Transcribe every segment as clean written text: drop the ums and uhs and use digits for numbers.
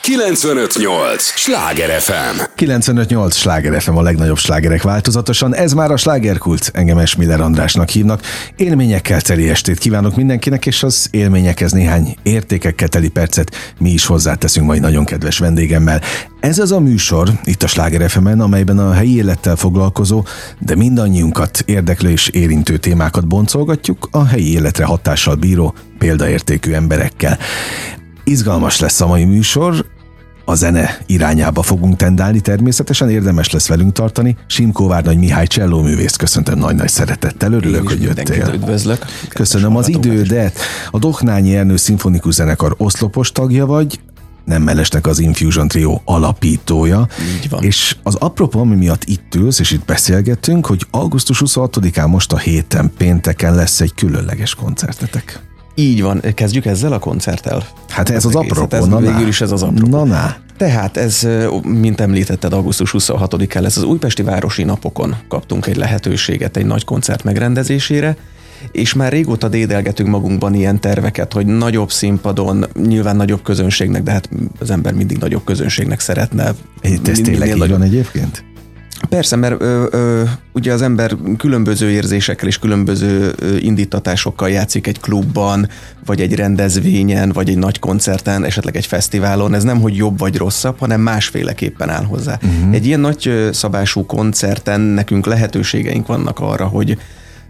95.8 Sláger FM. 95.8 Sláger FM, a legnagyobb slágerek változatosan. Ez már a Slágerkult. Engem Esmiller Andrásnak hívnak. Élményekkel teli estét kívánok mindenkinek, és az élményekhez néhány értékekkel teli percet mi is hozzáteszünk majd nagyon kedves vendégemmel. Ez az a műsor itt a Sláger FM-en, amelyben a helyi élettel foglalkozó, de mindannyiunkat érdeklő és érintő témákat boncolgatjuk a helyi életre hatással bíró, példaértékű emberekkel. Izgalmas lesz a mai műsor, a zene irányába fogunk tendálni, természetesen érdemes lesz velünk tartani. Simkó Várnagy Mihály csellóművészt köszöntöm nagy-nagy szeretettel, örülök, hogy jöttél. Üdvözlök. Köszönöm az idődet. A Doknányi Ernő Szimfonikus Zenekar oszlopos tagja vagy, nem mellesnek az Infusion Trio alapítója. Így van. És az apropó, ami miatt itt ülsz, és itt beszélgettünk, hogy augusztus 26-án most a héten pénteken lesz egy különleges koncertetek. Így van, kezdjük ezzel a koncerttel. Hát ez az apropó, végül is ez az apropó. Na. Tehát ez, mint említetted, augusztus 26-án lesz, az Újpesti Városi Napokon kaptunk egy lehetőséget egy nagy koncert megrendezésére, és már régóta dédelgetünk magunkban ilyen terveket, hogy nagyobb színpadon, nyilván nagyobb közönségnek, de hát az ember mindig nagyobb közönségnek szeretne. Ez tényleg így van egyébként? Persze, mert ugye az ember különböző érzésekkel és különböző indítatásokkal játszik egy klubban, vagy egy rendezvényen, vagy egy nagy koncerten, esetleg egy fesztiválon. Ez nem, hogy jobb vagy rosszabb, hanem másféleképpen áll hozzá. Egy ilyen nagy szabású koncerten nekünk lehetőségeink vannak arra, hogy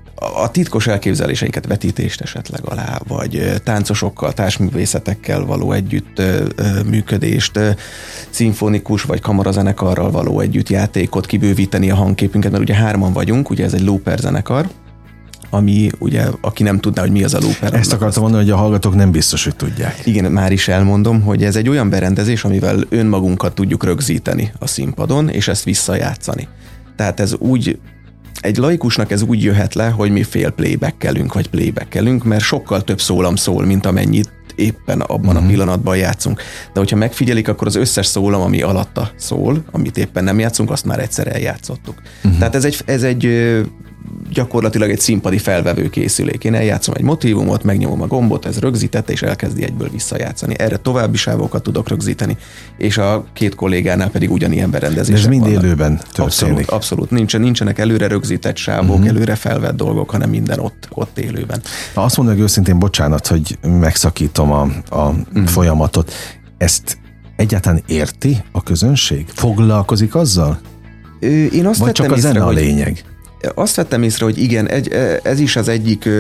a titkos elképzeléseinket, vetítést esetleg alá, vagy táncosokkal, társművészetekkel való együtt működést, szimfonikus vagy kamarazenekarral való együttjátékot, kibővíteni a hangképünket, mert ugye 3 vagyunk, ugye ez egy looper zenekar, ami ugye, aki nem tudná, hogy mi az a looper. Ezt akartam mondani, hogy a hallgatók nem biztos, hogy tudják. Igen, már is elmondom, hogy ez egy olyan berendezés, amivel önmagunkat tudjuk rögzíteni a színpadon, és ezt visszajátszani. Tehát ez úgy, egy laikusnak ez úgy jöhet le, hogy mi fél playbackelünk, vagy playbackelünk, mert sokkal több szólam szól, mint amennyit éppen abban a pillanatban játszunk. De hogyha megfigyelik, akkor az összes szólam, ami alatta szól, amit éppen nem játszunk, azt már egyszer eljátszottuk. Tehát ez egy gyakorlatilag egy színpadi felvevő készülék. Én eljátszom egy motívumot, megnyomom a gombot, ez rögzítette, és elkezdi egyből visszajátszani. Erre további sávokat tudok rögzíteni, és a 2 kollégánál pedig ugyanilyen berendezések vannak. Ez mind élőben történik. Abszolút. Nincsenek előre rögzített sávok, előre felvett dolgok, hanem minden ott élőben. Na, azt mondom, hogy őszintén bocsánat, hogy megszakítom a folyamatot. Ezt egyáltalán érti a közönség? Foglalkozik azzal? Én azt vagy csak a zene a lényeg? Azt vettem észre, hogy igen, ez is az egyik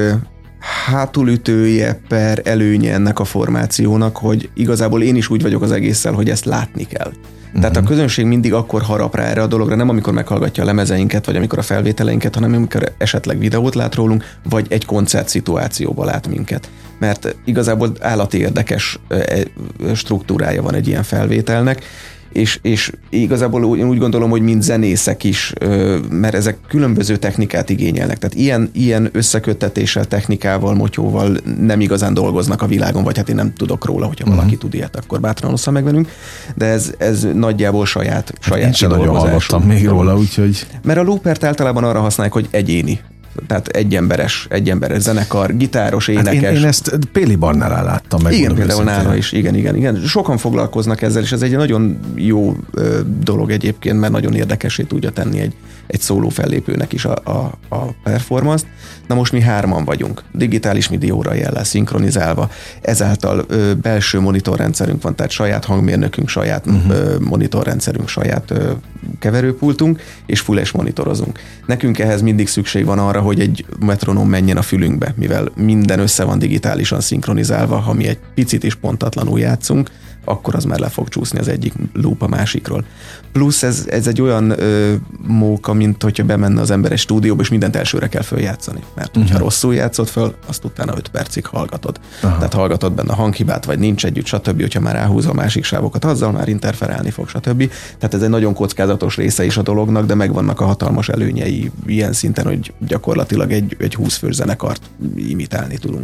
hátulütője per előnye ennek a formációnak, hogy igazából én is úgy vagyok az egésszel, hogy ezt látni kell. Tehát a közönség mindig akkor harap rá erre a dologra, nem amikor meghallgatja a lemezeinket, vagy amikor a felvételeinket, hanem amikor esetleg videót lát rólunk, vagy egy koncert szituációban lát minket. Mert igazából állati érdekes struktúrája van egy ilyen felvételnek, és igazából én úgy gondolom, hogy mind zenészek is, mert ezek különböző technikát igényelnek. Tehát ilyen összeköttetéssel, technikával, motyóval nem igazán dolgoznak a világon, vagy hát én nem tudok róla, hogyha valaki tud ilyet, akkor bátran ossza meg velünk, de ez nagyjából saját én sem nagyon hallottam még róla, úgyhogy... Mert a loopert általában arra használják, hogy egyéni. Tehát egy emberes zenekar, gitáros, énekes. Hát én ezt Péli Barnánál láttam meg. Igen, például nála is. Igen. Sokan foglalkoznak ezzel, és ez egy nagyon jó dolog egyébként, mert nagyon érdekessé tudja tenni egy szóló fellépőnek is a performance-t. Na most mi 3 vagyunk, digitális MIDI órajellel szinkronizálva, ezáltal belső monitorrendszerünk van, tehát saját hangmérnökünk, saját monitorrendszerünk, saját keverőpultunk, és full-es monitorozunk. Nekünk ehhez mindig szükség van arra, hogy egy metronom menjen a fülünkbe, mivel minden össze van digitálisan szinkronizálva, ha mi egy picit is pontatlanul játszunk, akkor az már le fog csúszni az egyik loop a másikról. Plusz ez egy olyan móka, mint hogyha bemenne az ember egy stúdióba, és mindent elsőre kell följátszani. Mert hogyha rosszul játszott föl, azt utána 5 percig hallgatod. Tehát hallgatod benne a hanghibát, vagy nincs együtt, stb. Hogyha már ráhúzza a másik sávokat, azzal már interferálni fog, stb. Tehát ez egy nagyon kockázatos része is a dolognak, de megvannak a hatalmas előnyei ilyen szinten, hogy gyakorlatilag egy 20 fős zenekart imitálni tudunk.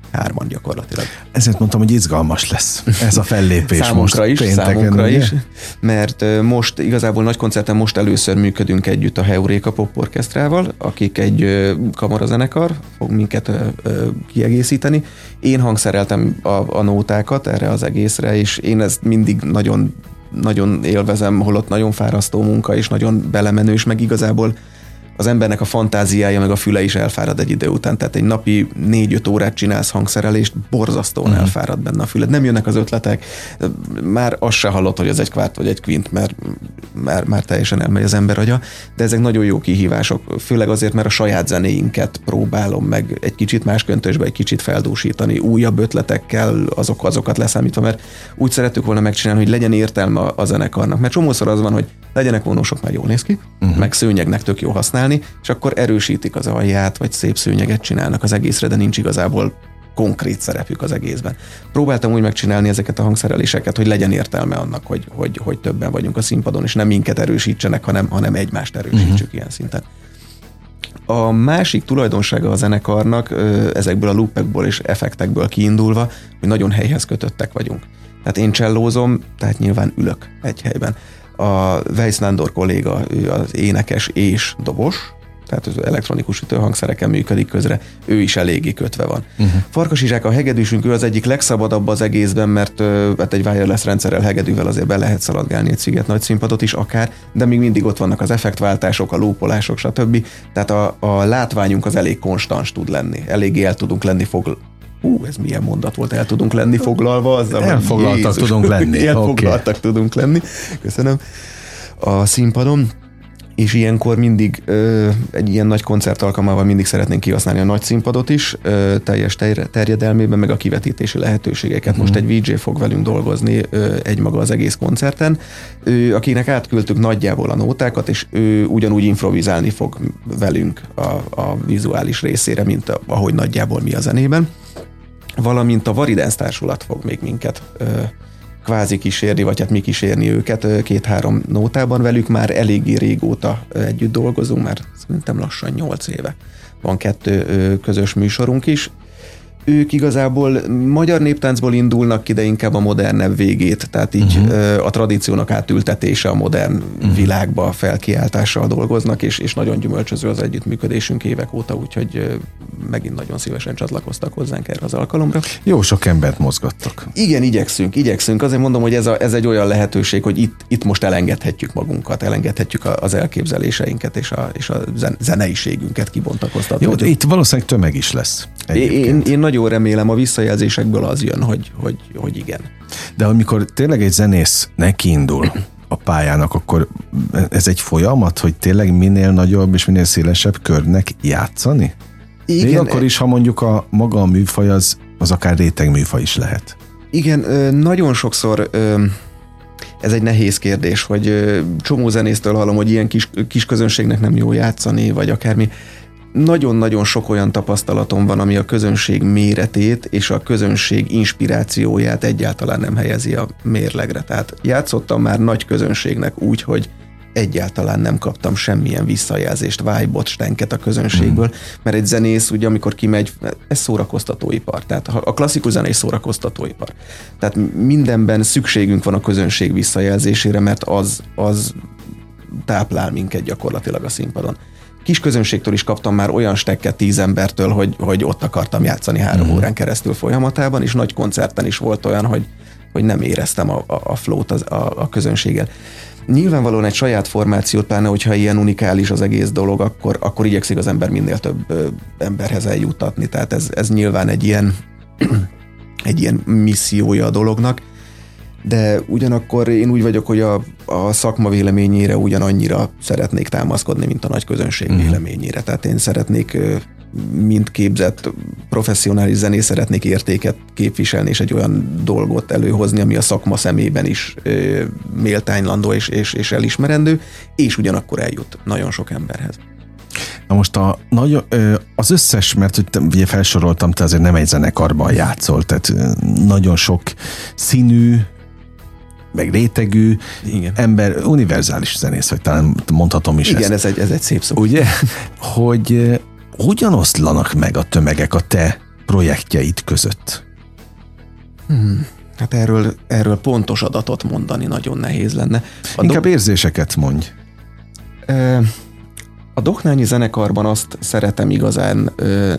hárman gyakorlatilag. Ezért mondtam, hogy izgalmas lesz ez a fellépés számunkra most is, számunkra is, mert most igazából nagy koncerten most először működünk együtt a Heuréka Pop Orchestrával, akik egy kamarazenekar, fog minket kiegészíteni. Én hangszereltem a nótákat erre az egészre, és én ezt mindig nagyon élvezem, holott nagyon fárasztó munka, és nagyon belemenős, meg igazából az embernek a fantáziája, meg a füle is elfárad egy idő után. Tehát egy napi 4-5 órát csinálsz hangszerelést, borzasztóan elfárad benne a füled. Nem jönnek az ötletek, már azt se hallod, hogy ez egy kvárт vagy egy kvint, mert már teljesen elmegy az ember agya, de ezek nagyon jó kihívások, főleg azért, mert a saját zenéinket próbálom meg egy kicsit más köntösbe, egy kicsit feldúsítani, újabb ötletekkel, azokat leszámítva, mert úgy szerettük volna megcsinálni, hogy legyen értelme a zenekarnak, mert csomószor az van, hogy legyenek vonósok, már jól néz ki, meg szőnyegnek tök jó használni, és akkor erősítik az alját, vagy szép szőnyeget csinálnak az egészre, de nincs igazából konkrét szerepük az egészben. Próbáltam úgy megcsinálni ezeket a hangszereléseket, hogy legyen értelme annak, hogy többen vagyunk a színpadon, és nem minket erősítsenek, hanem egymást erősítsük ilyen szinten. A másik tulajdonsága a zenekarnak ezekből a loopekból és effektekből kiindulva, hogy nagyon helyhez kötöttek vagyunk. Tehát én csellózom, tehát nyilván ülök egy helyben. A Weiss Nándor kolléga, ő az énekes és dobos, tehát az elektronikus ütőhangszereken működik közre, ő is eléggé kötve van. Farkas Izsák, a hegedűsünk, ő az egyik legszabadabb az egészben, mert hát egy wireless rendszerrel, hegedűvel azért be lehet szaladgálni egy Sziget nagy színpadot is akár, de még mindig ott vannak az effektváltások, a loopolások, stb. Tehát a látványunk az elég konstans tud lenni, eléggé el tudunk lenni ez milyen mondat volt, el tudunk lenni foglalva azzal, elfoglaltak tudunk lenni. Elfoglaltak tudunk lenni. Köszönöm. A színpadon, és ilyenkor mindig egy ilyen nagy koncert alkalmával mindig szeretnénk kihasználni a nagy színpadot is, teljes terjedelmében, meg a kivetítési lehetőségeket. Most egy VJ fog velünk dolgozni egymaga az egész koncerten, akinek átküldtük nagyjából a nótákat, és ő ugyanúgy improvizálni fog velünk a vizuális részére, mint ahogy nagyjából mi a zenében. Valamint a Varidance társulat fog még minket kvázi kísérni, vagy hát mi kísérni őket 2-3 nótában velük. Már eléggé régóta együtt dolgozunk, már szerintem lassan 8 éve. Van 2 közös műsorunk is. Ők igazából magyar néptáncból indulnak ki, de inkább a modernebb végét, tehát így a tradíciónak átültetése a modern világba felkiáltással dolgoznak, és nagyon gyümölcsöző az együttműködésünk évek óta, úgyhogy megint nagyon szívesen csatlakoztak hozzánk erre az alkalomra. Jó sok embert mozgattak. Igen, igyekszünk. Azért mondom, hogy ez egy olyan lehetőség, hogy itt most elengedhetjük magunkat, elengedhetjük az elképzeléseinket, és a zeneiségünket kibontakoztatni. Jó, itt valószínűleg tömeg is lesz. Én nagyon remélem, a visszajelzésekből az jön, hogy igen. De amikor tényleg egy zenész nekiindul a pályának, akkor ez egy folyamat, hogy tényleg minél nagyobb és minél szélesebb körnek játszani? Igen. Még akkor is, ha mondjuk maga a műfaj az akár réteg műfaj is lehet. Igen, nagyon sokszor ez egy nehéz kérdés, hogy csomó zenésztől hallom, hogy ilyen kis közönségnek nem jó játszani, vagy akármi. Nagyon-nagyon sok olyan tapasztalatom van, ami a közönség méretét és a közönség inspirációját egyáltalán nem helyezi a mérlegre. Tehát játszottam már nagy közönségnek úgy, hogy egyáltalán nem kaptam semmilyen visszajelzést, vibe-ot, stenket a közönségből, mert egy zenész, ugye amikor kimegy, ez szórakoztatóipar, tehát a klasszikus zene is szórakoztatóipar. Tehát mindenben szükségünk van a közönség visszajelzésére, mert az táplál minket gyakorlatilag a színpadon. Kis közönségtől is kaptam már olyan stekket 10 embertől, hogy ott akartam játszani 3 órán keresztül folyamatában, és nagy koncerten is volt olyan, hogy nem éreztem a flow-t a közönséggel. Nyilvánvalóan egy saját formációt, pláne hogyha ilyen unikális az egész dolog, akkor igyekszik az ember minél több emberhez eljuttatni. Tehát ez nyilván egy ilyen missziója a dolognak, de ugyanakkor én úgy vagyok, hogy a szakma véleményére ugyanannyira szeretnék támaszkodni, mint a nagy közönség véleményére. Tehát én szeretnék, mint képzett professzionális zenész, szeretnék értéket képviselni, és egy olyan dolgot előhozni, ami a szakma szemében is méltánylandó és elismerendő, és ugyanakkor eljut nagyon sok emberhez. Na most az összes, mert ugye felsoroltam, te azért nem egy zenekarban játszol, tehát nagyon sok színű, meg rétegű ember, univerzális zenész, vagy talán mondhatom is igen, ezt. Igen, ez egy szép szó. Ugye, hogy hogyan oszlanak meg a tömegek a te projektjeid között? Hát erről pontos adatot mondani nagyon nehéz lenne. Inkább érzéseket mondj. A Doknányi zenekarban azt szeretem igazán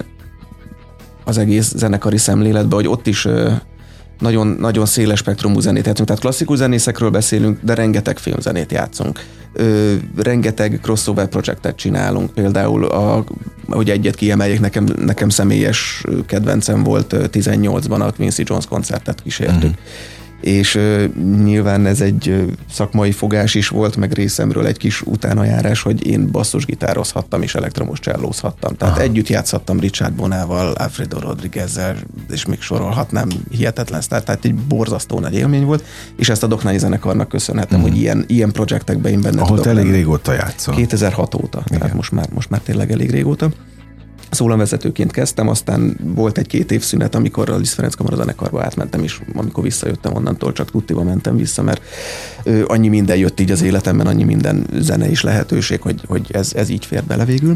az egész zenekari szemléletben, hogy ott is nagyon, nagyon széles spektrumú zenét játszunk. Tehát klasszikus zenészekről beszélünk, de rengeteg filmzenét játszunk. Rengeteg crossover projektet csinálunk. Például, hogy egyet kiemeljék, nekem személyes kedvencem volt 18-ban a Quincy Jones koncertet kísértük. És nyilván ez egy szakmai fogás is volt, meg részemről egy kis utánajárás, hogy én basszusgitározhattam és elektromos csellózhattam. Tehát együtt játszhattam Richard Bonával, Alfredo Rodriguezzel, és még sorolhatnám, hihetetlen sztár, tehát egy borzasztó nagy élmény volt, és ezt a Doknányi zenekarnak köszönhetem, hogy ilyen projektekben én benne ahol tudok te elég lenni. Régóta játszol. 2006 óta, tehát most már tényleg elég régóta. Szólamvezetőként kezdtem, aztán volt egy-két évszünet, amikor a Liszt Ferenc Kamarazenekarba átmentem, és amikor visszajöttem onnantól, csak tuttiba mentem vissza, mert annyi minden jött így az életemben, annyi minden zene és lehetőség, hogy ez így fér bele végül.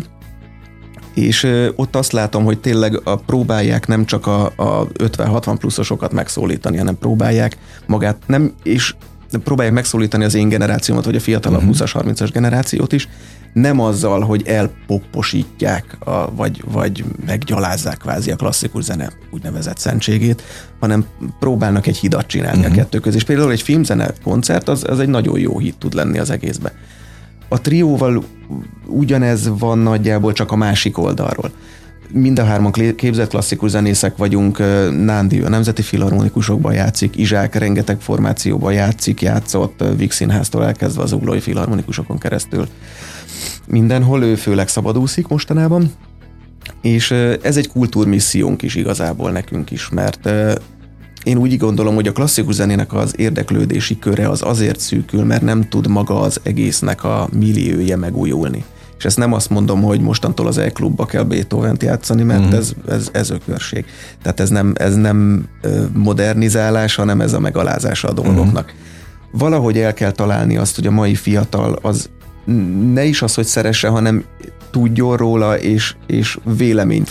És ott azt látom, hogy tényleg próbálják nem csak a 50-60 pluszosokat megszólítani, hanem próbálják magát, próbálják megszólítani az én generációmat, vagy a fiatalabb 20-as, 30-as generációt is, nem azzal, hogy elpopposítják, vagy meggyalázzák kvázi a klasszikus zene úgynevezett szentségét, hanem próbálnak egy hidat csinálni a kettő közé. És például egy filmzene koncert, az egy nagyon jó hit tud lenni az egészbe. A trióval ugyanez van nagyjából, csak a másik oldalról. Mind a hárman képzett klasszikus zenészek vagyunk, Nándi a Nemzeti Filharmonikusokban játszik, Izsák rengeteg formációban játszott, Víg Színháztól elkezdve az Zuglói Filharmonikusokon keresztül. Mindenhol ő főleg szabadúszik mostanában, és ez egy kultúrmissziónk is igazából nekünk is, mert én úgy gondolom, hogy a klasszikus zenének az érdeklődési köre az azért szűkül, mert nem tud maga az egésznek a milliója megújulni. És ezt nem azt mondom, hogy mostantól az E-klubba kell Beethovent játszani, mert ez ökörség. Tehát ez nem modernizálás, hanem ez a megalázása a dolgoknak. Valahogy el kell találni azt, hogy a mai fiatal az ne is az, hogy szeresse, hanem tudjon róla, és véleményt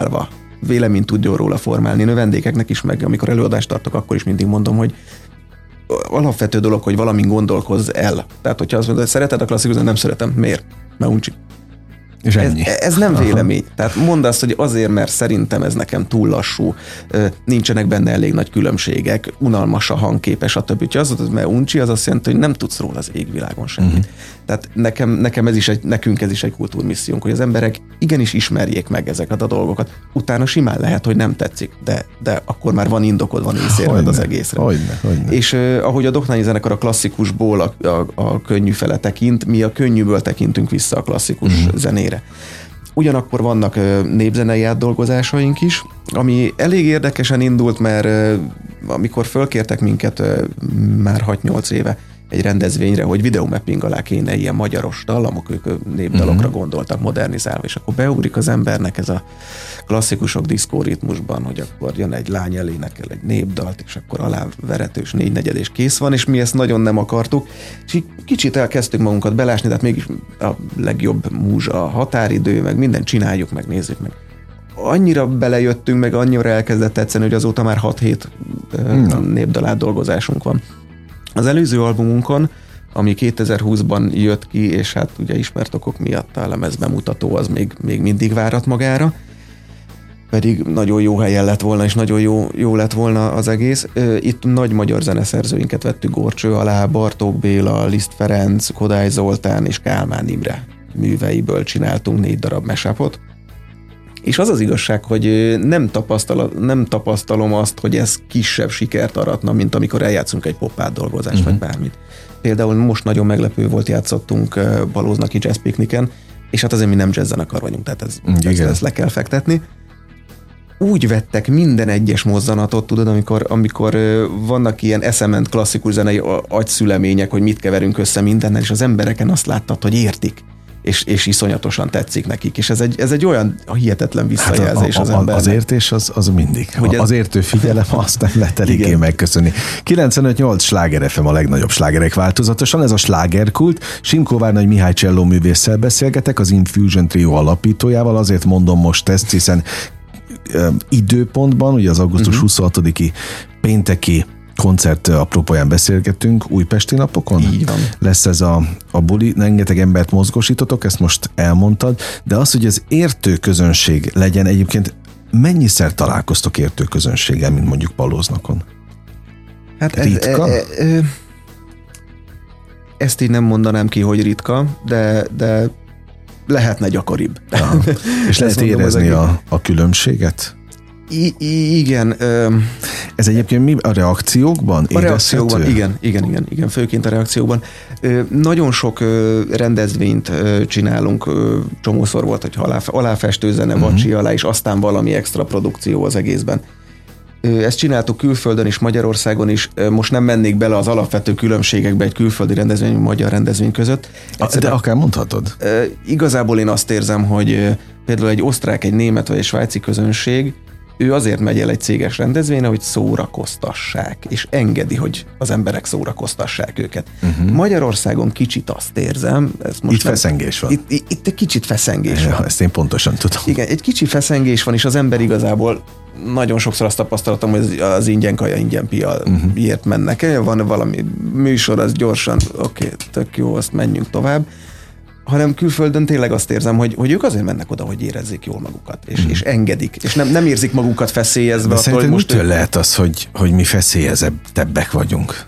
tudjon róla formálni. Növendékeknek is, meg amikor előadást tartok, akkor is mindig mondom, hogy alapvető dolog, hogy valamin gondolkozz el. Tehát, hogyha azt mondod, hogy szereted a klasszikus, nem szeretem. Miért? Mert uncsi. És ennyi. Ez nem vélemény. Tehát mondd azt, hogy azért, mert szerintem ez nekem túl lassú, nincsenek benne elég nagy különbségek, unalmas a hangképe, stb. Ha azt mondod, mert uncsi, az azt jelenti, hogy nem tudsz róla az égvilágon semmit. Tehát nekem nekünk ez is egy kultúrmissziónk, hogy az emberek igenis ismerjék meg ezeket a dolgokat. Utána simán lehet, hogy nem tetszik, de akkor már van indokod, van észérved az egészre. Hogyne. És ahogy a Doknányi zenekar a klasszikusból a könnyű fele tekint, mi a könnyűből tekintünk vissza a klasszikus zenére. Ugyanakkor vannak népzenei átdolgozásaink is, ami elég érdekesen indult, mert amikor fölkértek minket már 6-8 éve egy rendezvényre, hogy videomapping alá kéne ilyen magyaros dallamok, ők népdalokra gondoltak modernizálva, és akkor beugrik az embernek ez a klasszikusok diszkóritmusban, hogy akkor jön egy lány elénekel egy népdalt, és akkor aláveretős 4/4 és kész van, és mi ezt nagyon nem akartuk, és így kicsit elkezdtük magunkat belásni, tehát mégis a legjobb múzsa, a határidő, meg mindent csináljuk, meg nézzük meg. Annyira belejöttünk, meg annyira elkezdett tetszeni, hogy azóta már 6-7 népdal dolgozásunk van. Az előző albumunkon, ami 2020-ban jött ki, és hát ugye ismert okok miatt a lemezbemutató az még mindig várat magára, pedig nagyon jó helyen lett volna, és nagyon jó lett volna az egész. Itt nagy magyar zeneszerzőinket vettük Gorcső alá, Bartók Béla, Liszt Ferenc, Kodály Zoltán és Kálmán Imre műveiből csináltunk 4 darab mashup-ot. És az az igazság, hogy nem tapasztalom azt, hogy ez kisebb sikert aratna, mint amikor eljátszunk egy pop átdolgozást, vagy bármit. Például most nagyon meglepő volt, játszottunk Balóznaki Jazz Picnicen, és hát azért mi nem jazz zenekar vagyunk, tehát ezt le kell fektetni. Úgy vettek minden egyes mozzanatot, tudod, amikor vannak ilyen eszement klasszikus zenei agyszülemények, hogy mit keverünk össze mindennel, és az embereken azt láttad, hogy értik. És iszonyatosan tetszik nekik, és ez egy olyan hihetetlen visszajelzés az embernek. Az értés az mindig. Az értő figyelem, azt nem lehet eléggé megköszönni. 95.8 Sláger FM a legnagyobb slágerek változatosan, ez a Slágerkult. Simko Várnagy Mihály cselló művésszel beszélgetek, az Infusion Trio alapítójával, azért mondom most ezt, hiszen időpontban, ugye az augusztus 26-i pénteki koncert apropóján beszélgetünk, újpesti napokon. Így van. Lesz ez a buli, rengeteg embert mozgósítotok, ezt most elmondtad, de az, hogy ez értő közönség legyen, egyébként mennyiszer találkoztok értő közönséggel, mint mondjuk Palóznakon? Hát ritka? Ezt így nem mondanám ki, hogy ritka, de lehetne gyakoribb. És lehet érezni a különbséget? Igen. Ez egyébként mi a reakciókban? A reakciókban, igen, főként a reakciókban. Nagyon sok rendezvényt csinálunk, csomószor volt, hogy aláfestő zene, vacsi alá, és aztán valami extra produkció az egészben. Ezt csináltuk külföldön is, Magyarországon is. Most nem mennék bele az alapvető különbségekbe egy külföldi rendezvény, magyar rendezvény között. De akár mondhatod. Igazából én azt érzem, hogy például egy osztrák, egy német vagy egy svájci közönség, ő azért megy el egy céges rendezvényre, hogy szórakoztassák, és engedi, hogy az emberek szórakoztassák őket. Magyarországon kicsit azt érzem... Itt feszengés van. Itt egy kicsit feszengés van. Ezt én pontosan tudom. Igen, egy kicsi feszengés van, és az ember igazából nagyon sokszor azt tapasztaltam, hogy az ingyen kaja, ingyen pia miért mennek. Van valami műsor, az gyorsan, oké, tök jó, azt menjünk tovább. Hanem külföldön tényleg azt érzem, hogy ők azért mennek oda, hogy érezzék jól magukat, és engedik, és nem érzik magukat feszélyezve. De szerinted mitől lehet az, hogy mi feszélyezettebbek vagyunk?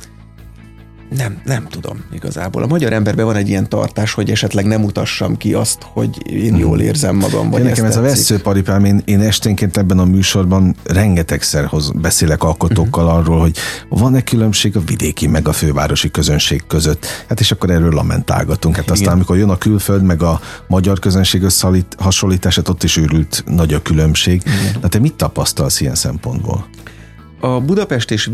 Nem tudom igazából. A magyar emberben van egy ilyen tartás, hogy esetleg nem mutassam ki azt, hogy én jól érzem magam, vagy nekem ez a vesszőparipám, én esténként ebben a műsorban rengetegszer beszélek alkotókkal arról, hogy van-e különbség a vidéki meg a fővárosi közönség között. Hát és akkor erről lamentálgatunk. Hát aztán, amikor jön a külföld meg a magyar közönség összehasonlítását, ott is őrült nagy a különbség. De te mit tapasztalsz ilyen szempontból? A Budapest és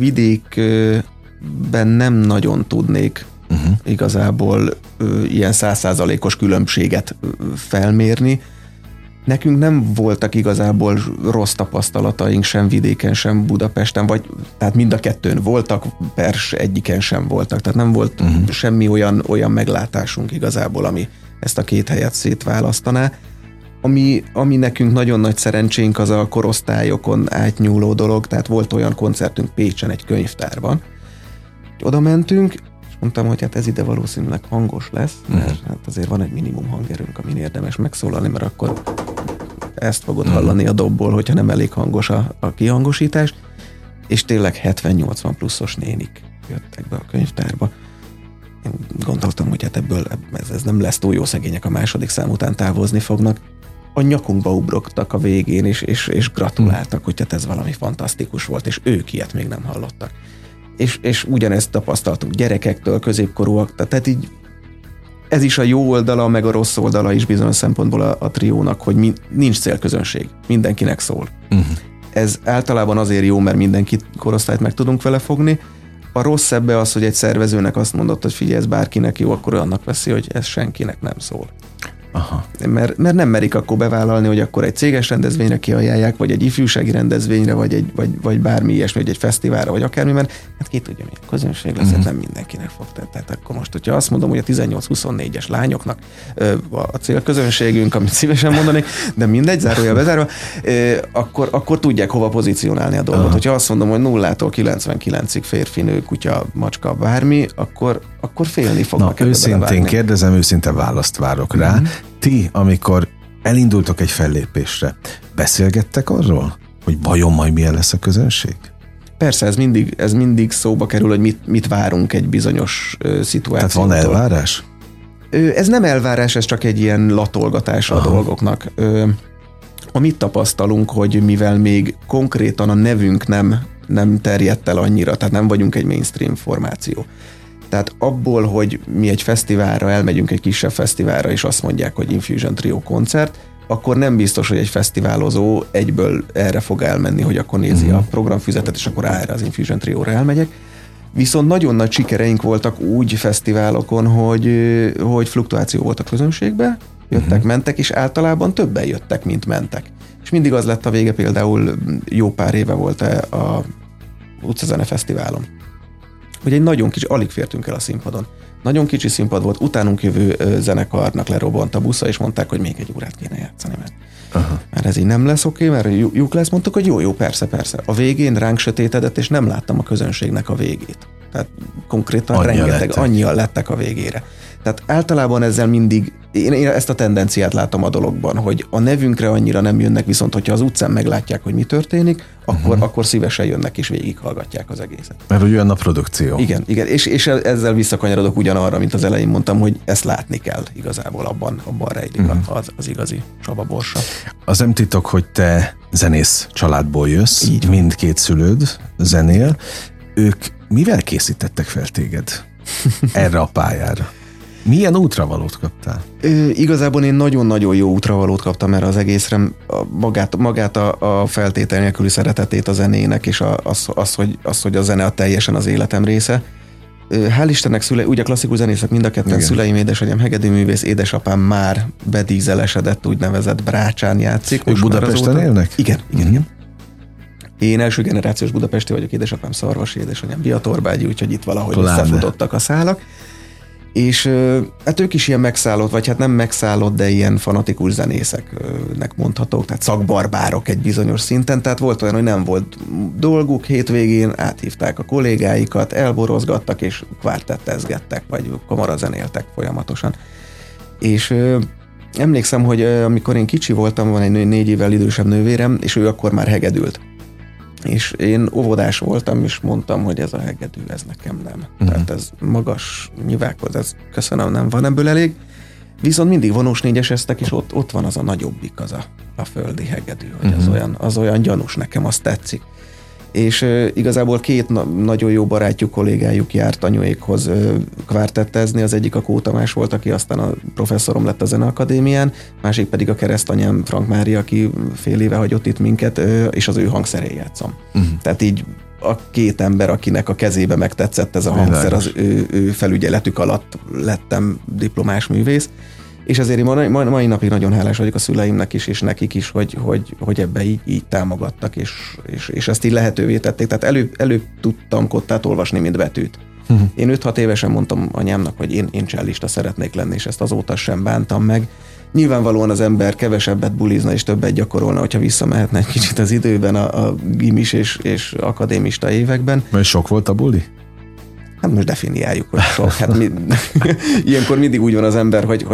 vidékben nem nagyon tudnék igazából ilyen 100%-os különbséget felmérni. Nekünk nem voltak igazából rossz tapasztalataink sem vidéken, sem Budapesten, tehát mind a kettőn voltak, Pers egyiken sem voltak, tehát nem volt semmi olyan meglátásunk igazából, ami ezt a két helyet szétválasztaná. Ami nekünk nagyon nagy szerencsénk, az a korosztályokon átnyúló dolog, tehát volt olyan koncertünk Pécsen egy könyvtárban. Oda mentünk, és mondtam, hogy hát ez ide valószínűleg hangos lesz, mert hát azért van egy minimum hangerőnk, amin érdemes megszólalni, mert akkor ezt fogod hallani a dobból, hogyha nem elég hangos a kihangosítás, és tényleg 70-80 pluszos nénik jöttek be a könyvtárba. Én gondoltam, hogy hát ebből ez nem lesz túl jó, szegények a második szám után távozni fognak. A nyakunkba ubrogtak a végén, és gratuláltak, hogy hát ez valami fantasztikus volt, és ők ilyet még nem hallottak. És ugyanezt tapasztaltunk gyerekektől, középkorúak, tehát így ez is a jó oldala, meg a rossz oldala is bizonyos szempontból a triónak, hogy nincs célközönség, mindenkinek szól. Ez általában azért jó, mert mindenki korosztályt meg tudunk vele fogni. A rossz ebbe az, hogy egy szervezőnek azt mondott, hogy figyelj, ez bárkinek jó, akkor olyannak veszi, hogy ez senkinek nem szól. Aha. Mert nem merik akkor bevállalni, hogy akkor egy céges rendezvényre kiajánlják, vagy egy ifjúsági rendezvényre, vagy bármi ilyesmi, vagy egy fesztiválra, vagy akármi, mert hát ki tudja, milyen közönség lesz, nem mindenkinek fog. Tehát akkor most, hogyha azt mondom, hogy a 18-24-es lányoknak a célközönségünk, amit szívesen mondanék, de mindegy, zárója bezárva, akkor tudják hova pozícionálni a dolgot. Hogyha azt mondom, hogy 0-tól 99-ig férfi, nő, kutya, macska, bármi, akkor félni fognak. Na, őszintén kérdezem, őszinte választ várok rá. Ti, amikor elindultok egy fellépésre, beszélgettek arról, hogy vajon majd milyen lesz a közönség? Persze, ez mindig szóba kerül, hogy mit várunk egy bizonyos szituációtól. Tehát van elvárás? Ez nem elvárás, ez csak egy ilyen latolgatása a dolgoknak. Amit tapasztalunk, hogy mivel még konkrétan a nevünk nem terjedt el annyira, tehát nem vagyunk egy mainstream formáció. Tehát abból, hogy mi egy fesztiválra elmegyünk, egy kisebb fesztiválra, és azt mondják, hogy Infusion Trio koncert, akkor nem biztos, hogy egy fesztiválozó egyből erre fog elmenni, hogy akkor nézi a programfüzetet, és akkor erre az Infusion Trióra elmegyek. Viszont nagyon nagy sikereink voltak úgy fesztiválokon, hogy fluktuáció volt a közönségben, jöttek, mentek, és általában többen jöttek, mint mentek. És mindig az lett a vége, például jó pár éve volt a Utcazene Fesztiválon, hogy egy nagyon kicsi, alig fértünk el a színpadon. Nagyon kicsi színpad volt, utánunk jövő zenekarnak lerobbant a busza, és mondták, hogy még egy órát kéne játszani, mert Mert ez így nem lesz oké, mert lyuk lesz, mondtuk, hogy jó, persze. A végén ránk sötétedett, és nem láttam a közönségnek a végét. Tehát konkrétan annyian lettek a végére. Tehát általában ezzel mindig, én ezt a tendenciát látom a dologban, hogy a nevünkre annyira nem jönnek, viszont hogyha az utcán meglátják, hogy mi történik, akkor szívesen jönnek és végighallgatják az egészet. Mert olyan a produkció. Igen, és ezzel visszakanyarodok ugyanarra, mint az elején mondtam, hogy ezt látni kell igazából, abban rejlik az igazi Csaba Borsa. Az nem titok, hogy te zenész családból jössz, mindkét szülőd zenél. Ők mivel készítettek fel téged erre a pályára? Milyen útravalót kaptál? Igazából én nagyon-nagyon jó útravalót kaptam, mert az egészre magát a feltétel nélküli szeretetét a zenének, és az, hogy a zene teljesen az életem része. Hál' Istennek ugye klasszikus zenészek mind a ketten, szüleim, édesanyám hegedűművész, édesapám már bedízelesedett, úgynevezett Brácsán játszik. Ők Budapesten élnek? Igen. Én első generációs budapesti vagyok, édesapám szarvasi, édesanyám Biatorbágyi, úgyhogy itt valahogy összefutottak a szálak. És hát ők is ilyen megszállott, vagy hát nem megszállott, de ilyen fanatikus zenészeknek mondhatók, tehát szakbarbárok egy bizonyos szinten, tehát volt olyan, hogy nem volt dolguk, hétvégén áthívták a kollégáikat, elborozgattak és kvártettezgettek, vagy kamarazenéltek folyamatosan. És emlékszem, hogy amikor én kicsi voltam, van egy 4 évvel idősebb nővérem, és ő akkor már hegedült. És én óvodás voltam, és mondtam, hogy ez a hegedű, ez nekem nem. Tehát ez magas nyivákhoz, ez köszönöm, nem van ebből elég. Viszont mindig vonós négyeseztek, és ott van az a nagyobbik, az a földi hegedű, hogy az olyan gyanús, nekem azt tetszik. És igazából 2 nagyon jó barátjuk, kollégájuk járt anyuékhoz kvártettezni, az egyik a Kó Tamás volt, aki aztán a professzorom lett a Zeneakadémián, másik pedig a keresztanyám Frank Mária, aki fél éve hagyott itt minket, és az ő hangszerén játszom. Tehát így a 2 ember, akinek a kezébe megtetszett ez a hangszer, az ő felügyeletük alatt lettem diplomás művész. És ezért én mai napig nagyon hálás vagyok a szüleimnek is, és nekik is, hogy ebbe így támogattak, és ezt így lehetővé tették. Tehát előbb tudtam kottát olvasni, mint betűt. Én 5-6 évesen mondtam anyámnak, hogy én csellista szeretnék lenni, és ezt azóta sem bántam meg. Nyilvánvalóan az ember kevesebbet bulizna és többet gyakorolna, hogyha visszamehetne egy kicsit az időben a gimis és akadémista években. Mert sok volt a buli? Hát most definiáljuk, hogy sok. Hát ilyenkor mindig úgy van az ember, hogy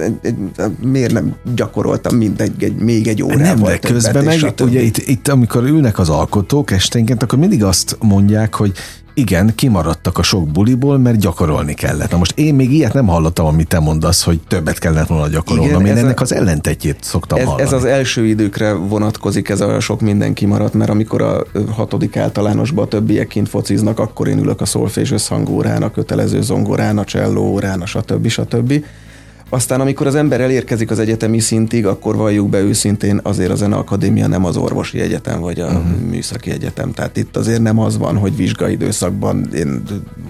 miért nem gyakoroltam még egy órával nem, de közben meg, ugye itt amikor ülnek az alkotók esténként, akkor mindig azt mondják, hogy igen, kimaradtak a sok buliból, mert gyakorolni kellett. Na most én még ilyet nem hallottam, amit te mondasz, hogy többet kellett volna gyakorolnom. Én ennek az ellentetjét szoktam hallani. Ez az első időkre vonatkozik, ez a sok minden kimaradt, mert amikor a 6. általánosban a többiek kint fociznak, akkor én ülök a szolfés összhangórán, a kötelező zongorán, a cselló órán, a stb. Aztán, amikor az ember elérkezik az egyetemi szintig, akkor valljuk be őszintén, azért a Zeneakadémia nem az orvosi egyetem, vagy a műszaki egyetem. Tehát itt azért nem az van, hogy vizsgaidőszakban én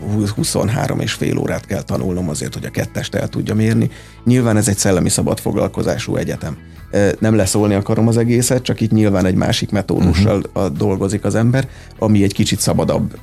23,5 órát kell tanulnom azért, hogy a 2-est el tudja mérni. Nyilván ez egy szellemi szabad foglalkozású egyetem. Nem leszólni akarom az egészet, csak itt nyilván egy másik metódussal dolgozik az ember, ami egy kicsit szabadabb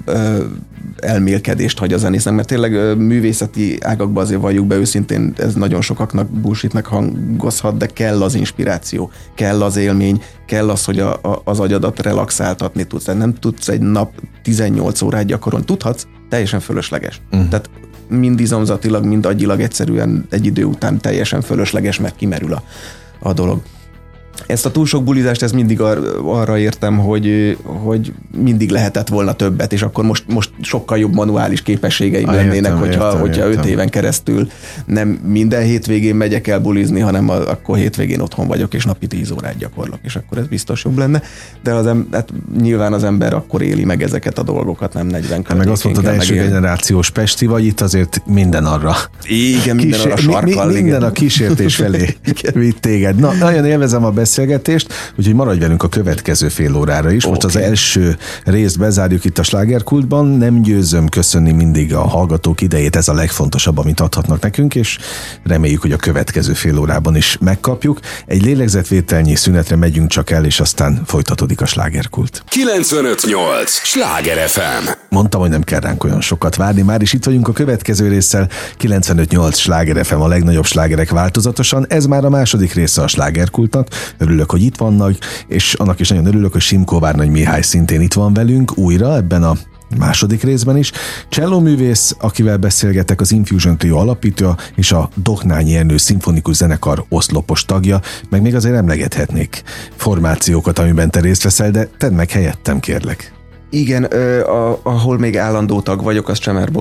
elmélkedést hagy a zenésznek, mert tényleg művészeti ágakban azért valljuk be őszintén, ez nagyon sokaknak bullshitnek hangozhat, de kell az inspiráció, kell az élmény, kell az, hogy az agyadat relaxáltatni tudsz. Nem tudsz egy nap 18 órát gyakorolni, tudhatsz, teljesen fölösleges. Tehát mind izomzatilag, mind agyilag egyszerűen egy idő után teljesen fölösleges, mert kimerül a dolog. Ezt a túl sok bulizást, ez mindig arra értem, hogy mindig lehetett volna többet, és akkor most sokkal jobb manuális képességeim lennének, hogyha 5 éven keresztül nem minden hétvégén megyek el bulizni, hanem akkor hétvégén otthon vagyok, és napi 10 órát gyakorlok, és akkor ez biztos jobb lenne. De hát nyilván az ember akkor éli meg ezeket a dolgokat, nem 40 környékén. Meg azt mondtad, első generációs pesti vagy, itt azért minden arra. Igen, minden arra sarkal. Minden a kísértés felé vitt téged. Na, nagyon élvezem a beszélgetést, úgyhogy maradj velünk a következő fél órára is. Most az első részt bezárjuk itt a Slágerkultban. Nem győzöm köszönni mindig a hallgatók idejét, ez a legfontosabb, amit adhatnak nekünk, és reméljük, hogy a következő fél órában is megkapjuk. Egy lélegzetvételnyi szünetre megyünk csak el, és aztán folytatódik a Slágerkult. 95.8 Sláger FM. Mondtam, hogy nem kell ránk olyan sokat várni, már is itt vagyunk a következő résszel. 95.8 Sláger FM, a legnagyobb slágerek változatosan. Ez már a második része a Slágerkultnak. Örülök, hogy itt vannak, és annak is nagyon örülök, hogy Simkó Várnagy Mihály szintén itt van velünk újra ebben a második részben is. Csellóművész, akivel beszélgetek, az Infusion Trio alapítója, és a Doknányi Ernő szimfonikus zenekar oszlopos tagja, meg még azért emlegethetnék formációkat, amiben te részt veszel, de tedd meg helyettem, kérlek. Igen, ahol még állandó tag vagyok, az Csemer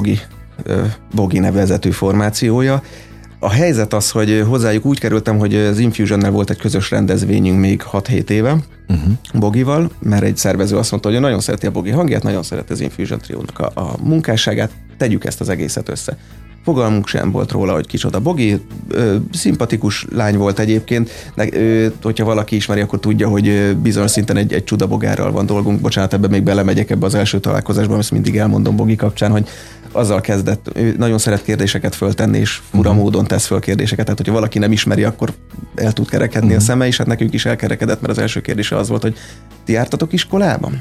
Bogi nevezetű formációja. A helyzet az, hogy hozzájuk úgy kerültem, hogy az Infusionnel volt egy közös rendezvényünk még 6-7 éve, Bogival, mert egy szervező azt mondta, hogy nagyon szereti a Bogi hangját, nagyon szereti az Infusion Triónak a munkásságát, tegyük ezt az egészet össze. Fogalmunk sem volt róla, hogy kicsoda Bogi, szimpatikus lány volt egyébként, de hogyha valaki ismeri, akkor tudja, hogy bizonyos szinten egy csudabogárral van dolgunk. Bocsánat, ebben még belemegyek ebbe az első találkozásban, ezt mindig elmondom Bogi kapcsán, hogy azzal kezdett, ő nagyon szeret kérdéseket föltenni, és fura módon tesz föl kérdéseket, tehát hogyha valaki nem ismeri, akkor el tud kerekedni a szeme, és hát nekünk is elkerekedett, mert az első kérdése az volt, hogy ti jártatok iskolában?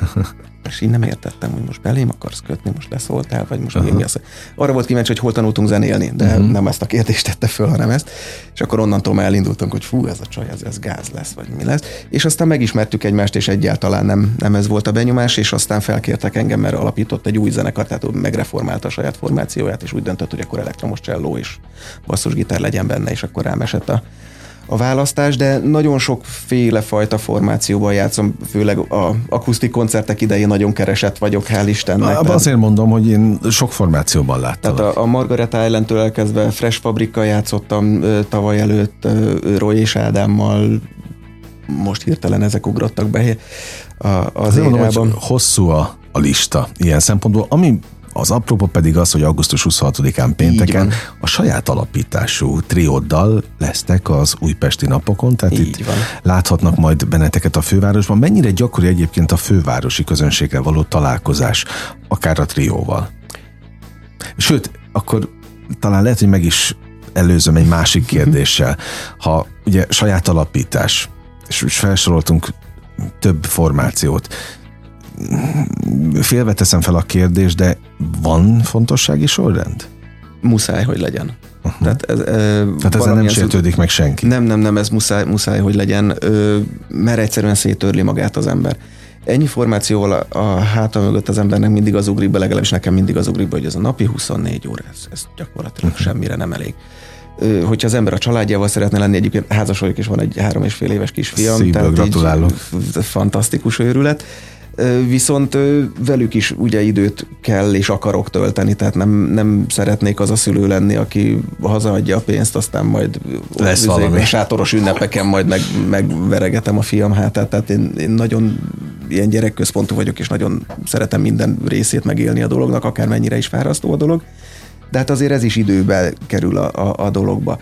És én nem értettem, hogy most belém akarsz kötni, most leszóltál, vagy most mi az. Arra volt kíváncsi, hogy hol tanultunk zenélni, de nem ezt a kérdést tette föl, hanem ezt. És akkor onnantól már elindultunk, hogy fú, ez a csaj, ez gáz lesz, vagy mi lesz. És aztán megismertük egymást, és egyáltalán nem ez volt a benyomás, és aztán felkértek engem, mert alapított egy új zenekar, tehát megreformálta a saját formációját, és úgy döntött, hogy akkor elektromos cselló és basszusgitár legyen benne, és akkor rám esett a választás, de nagyon sokféle fajta formációban játszom, főleg a akusztik koncertek idején nagyon keresett vagyok, hál' Istennek. Azért mondom, hogy én sok formációban láttam. Tehát a Margaret Island-től elkezdve Fresh Fabrika játszottam tavaly előtt, Roy és Ádámmal, most hirtelen ezek ugrottak be az érában. Mondom, hogy hosszú a lista ilyen szempontból, ami az apropó pedig az, hogy augusztus 26-án pénteken a saját alapítású trióddal lesztek az újpesti napokon, tehát itt láthatnak majd benneteket a fővárosban. Mennyire gyakori egyébként a fővárosi közönségre való találkozás, akár a trióval? Sőt, akkor talán lehet, hogy meg is előzöm egy másik kérdéssel. Ha ugye saját alapítás, és felsoroltunk több formációt, félve teszem fel a kérdést, de van fontossági sorrend? Muszáj, hogy legyen. Tehát ezzel nem sértődik meg senki? Nem, ez muszáj, hogy legyen, mert egyszerűen széttörli magát az ember. Ennyi formációval a háta mögött az embernek mindig az ugrik be, legalábbis nekem mindig az ugrik be, hogy ez a napi 24 óra, ez gyakorlatilag semmire nem elég. Hogyha az ember a családjával szeretne lenni, egyébként házas vagyok, és van egy 3,5 éves kisfiam. Szívből gratulálok. Fantasztikus őrület. Viszont velük is ugye időt kell és akarok tölteni, tehát nem szeretnék az a szülő lenni, aki hazaadja a pénzt, aztán majd lesz valami sátoros ünnepeken majd megveregetem a fiam hátát, tehát én nagyon ilyen gyerekközpontú vagyok, és nagyon szeretem minden részét megélni a dolognak, akármennyire is fárasztó a dolog, de hát azért ez is időbe kerül a dologba.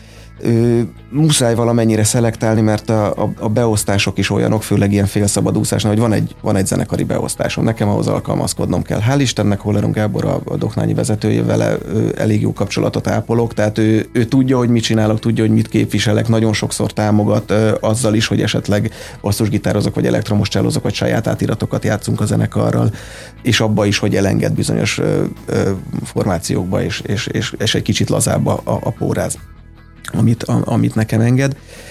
Muszáj valamennyire szelektálni, mert a beosztások is olyanok, főleg ilyen félszabadúszásnál, hogy van egy zenekari beosztásom, nekem ahhoz alkalmazkodnom kell. Hál' Istennek Holleron Gábor, a Doknányi vezetője, vele elég jó kapcsolatot ápolok, tehát ő tudja, hogy mit csinálok, tudja, hogy mit képviselek, nagyon sokszor támogat azzal is, hogy esetleg basszusgitározok, vagy elektromos csellózok, vagy saját átiratokat játszunk a zenekarral, és abba is, hogy elenged bizonyos formációkba, és egy kicsit lazább a póráz, amit nekem enged,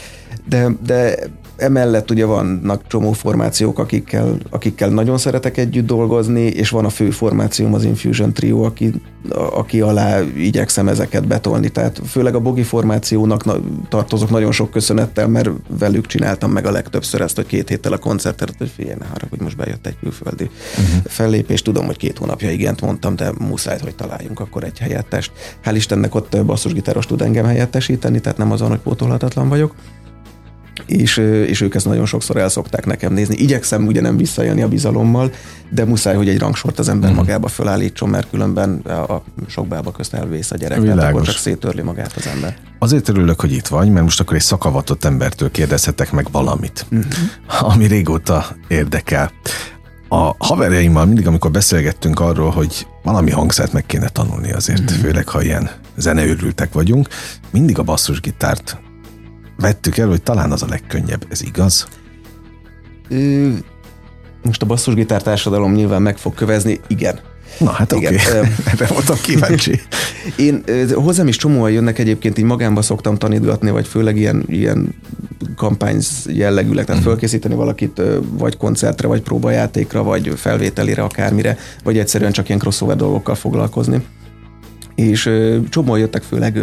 de emellett ugye vannak csomó formációk, akikkel nagyon szeretek együtt dolgozni, és van a fő formációm, az Infusion Trio, aki alá igyekszem ezeket betolni, tehát főleg a Bogi formációnak tartozok nagyon sok köszönettel, mert velük csináltam meg a legtöbbször ezt, hogy 2 héttel a koncertet, hogy figyelj, ne haragudj, most bejött egy külföldi fellépés, tudom, hogy 2 hónapja igent mondtam, de muszáj, hogy találjunk akkor egy helyettest. Hál' Istennek ott basszusgitáros tud engem helyettesíteni, tehát nem azon, hogy pótolhatatlan vagyok. És ők ezt nagyon sokszor el szokták nekem nézni. Igyekszem ugye nem visszaélni a bizalommal, de muszáj, hogy egy rangsort az ember magába fölállítson, mert különben a sok bába közt elvész a gyerek, tehát akkor csak széttörli magát az ember. Azért örülök, hogy itt vagy, mert most akkor egy szakavatott embertől kérdezhetek meg valamit, ami régóta érdekel. A haverjaimmal mindig, amikor beszélgettünk arról, hogy valami hangszert meg kéne tanulni azért, főleg ha ilyen zeneőrültek vagyunk, mindig a basszusgitárt vettük el, hogy talán az a legkönnyebb. Ez igaz? Most a basszusgitár társadalom nyilván meg fog kövezni. Igen. Na hát oké. Erre voltam kíváncsi. Hozzám is csomóan jönnek egyébként, így magámba szoktam tanítgatni, vagy főleg ilyen kampány jellegűleg, tehát fölkészíteni valakit vagy koncertre, vagy próbajátékra, vagy felvételire, akármire, vagy egyszerűen csak ilyen crossover dolgokkal foglalkozni. És csomóan jöttek főleg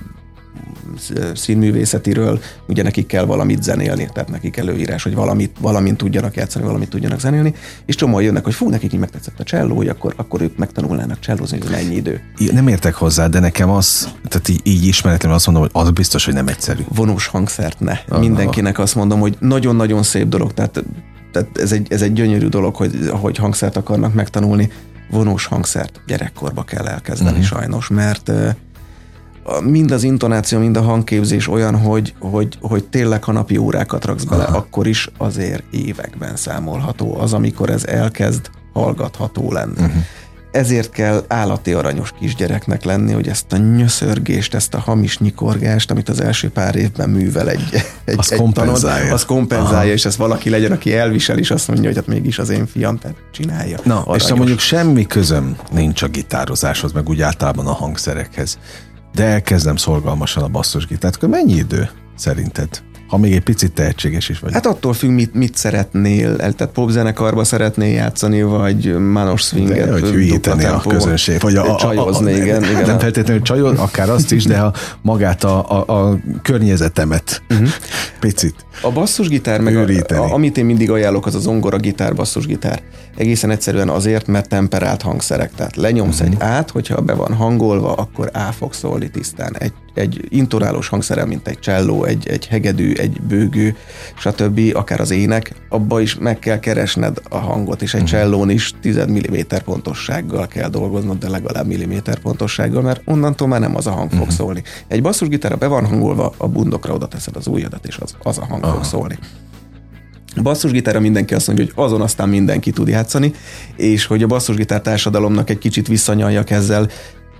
színművészetiről, ugye nekik kell valamit zenélni, tehát nekik előírás, hogy valamint tudjanak játszani, valamit tudjanak zenélni, és csomóan jönnek, hogy nekik így megtetszett a cselló, hogy akkor ők megtanulnának csellózni, hogy mennyi idő. Nem értek hozzá, de nekem az, tehát így ismeretlenül azt mondom, hogy az biztos, hogy nem egyszerű. Vonós hangszert ne. Mindenkinek azt mondom, hogy nagyon-nagyon szép dolog, tehát ez egy gyönyörű dolog, hogy hangszert akarnak megtanulni. Vonós hangszert gyerekkorba kell elkezdeni sajnos, mert mind az intonáció, mind a hangképzés olyan, hogy tényleg, ha napi órákat raksz bele, akkor is azért években számolható az, amikor ez elkezd hallgatható lenni. Ezért kell állati aranyos kisgyereknek lenni, hogy ezt a nyöszörgést, ezt a hamis nyikorgást, amit az első pár évben művel egy kompenzálja. Az kompenzálja, és ez valaki legyen, aki elvisel, és azt mondja, hogy hát mégis az én fiam, tehát csinálja. Na, aranyos. És ha mondjuk semmi közöm nincs a gitározáshoz, meg úgy általában a hangszerekhez, de elkezdem szorgalmasan a basszusgitárt, akkor mennyi idő szerinted? Ha még egy picit tehetséges is vagy. Hát attól függ, mit szeretnél, tehát popzenekarba szeretnél játszani, vagy Manos Swinget. Hogy hülyíteni a közönség. Vagy csajozni, igen. Nem feltétlenül csajoz, akár azt is, de magát a környezetemet picit. A basszusgitár, meg amit én mindig ajánlok, az a zongora gitár, basszusgitár. Egészen egyszerűen azért, mert temperált hangszerek. Tehát lenyomsz egy át, hogyha be van hangolva, akkor á fog szólni tisztán. Egy intonálós hangszerrel, mint egy cselló, egy hegedű, egy bőgő, stb., akár az ének, abba is meg kell keresned a hangot, és egy csellón is 10 mm pontossággal kell dolgoznod, de legalább milliméter pontossággal, mert onnantól már nem az a hang fog szólni. Egy basszusgitárra be van hangolva, a bundokra oda teszed az ujjadat, és az a hang fog szólni. A basszusgitárra mindenki azt mondja, hogy azon aztán mindenki tud játszani, és hogy a basszusgitár társadalomnak egy kicsit visszanyaljak ezzel,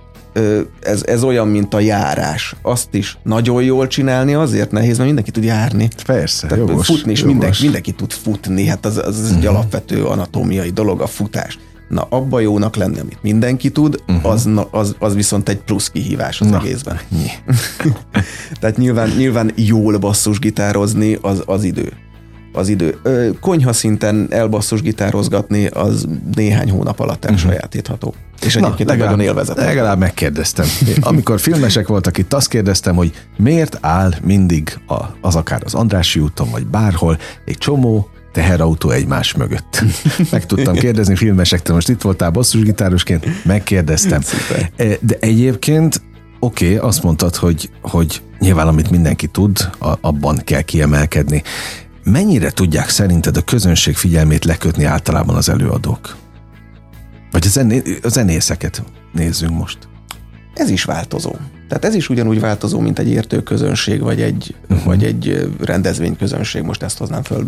ez olyan, mint a járás. Azt is nagyon jól csinálni azért nehéz, mert mindenki tud járni. Persze, tehát jogos. Futni is mindenki tud futni, hát az egy alapvető anatómiai dolog a futás. Na, abba jónak lenni, amit mindenki tud, az viszont egy plusz kihívás az egészben. Tehát nyilván jól basszusgitározni az idő. Konyha szinten elbasszusgitározgatni, az néhány hónap alatt elsajátítható. És egyébként nagyon élvezetes. Legalább megkérdeztem. Amikor filmesek voltak itt, azt kérdeztem, hogy miért áll mindig az akár az Andrássy úton, vagy bárhol egy csomó teherautó egymás mögött. Meg tudtam kérdezni filmesektől, most itt voltál basszusgitárosként, megkérdeztem. De egyébként oké, azt mondtad, hogy nyilván amit mindenki tud, abban kell kiemelkedni. Mennyire tudják szerinted a közönség figyelmét lekötni általában az előadók? Vagy a zenészeket nézzünk most. Ez is változó. Tehát ez is ugyanúgy változó, mint egy értő közönség, vagy egy rendezvényközönség. Most ezt hoznám föl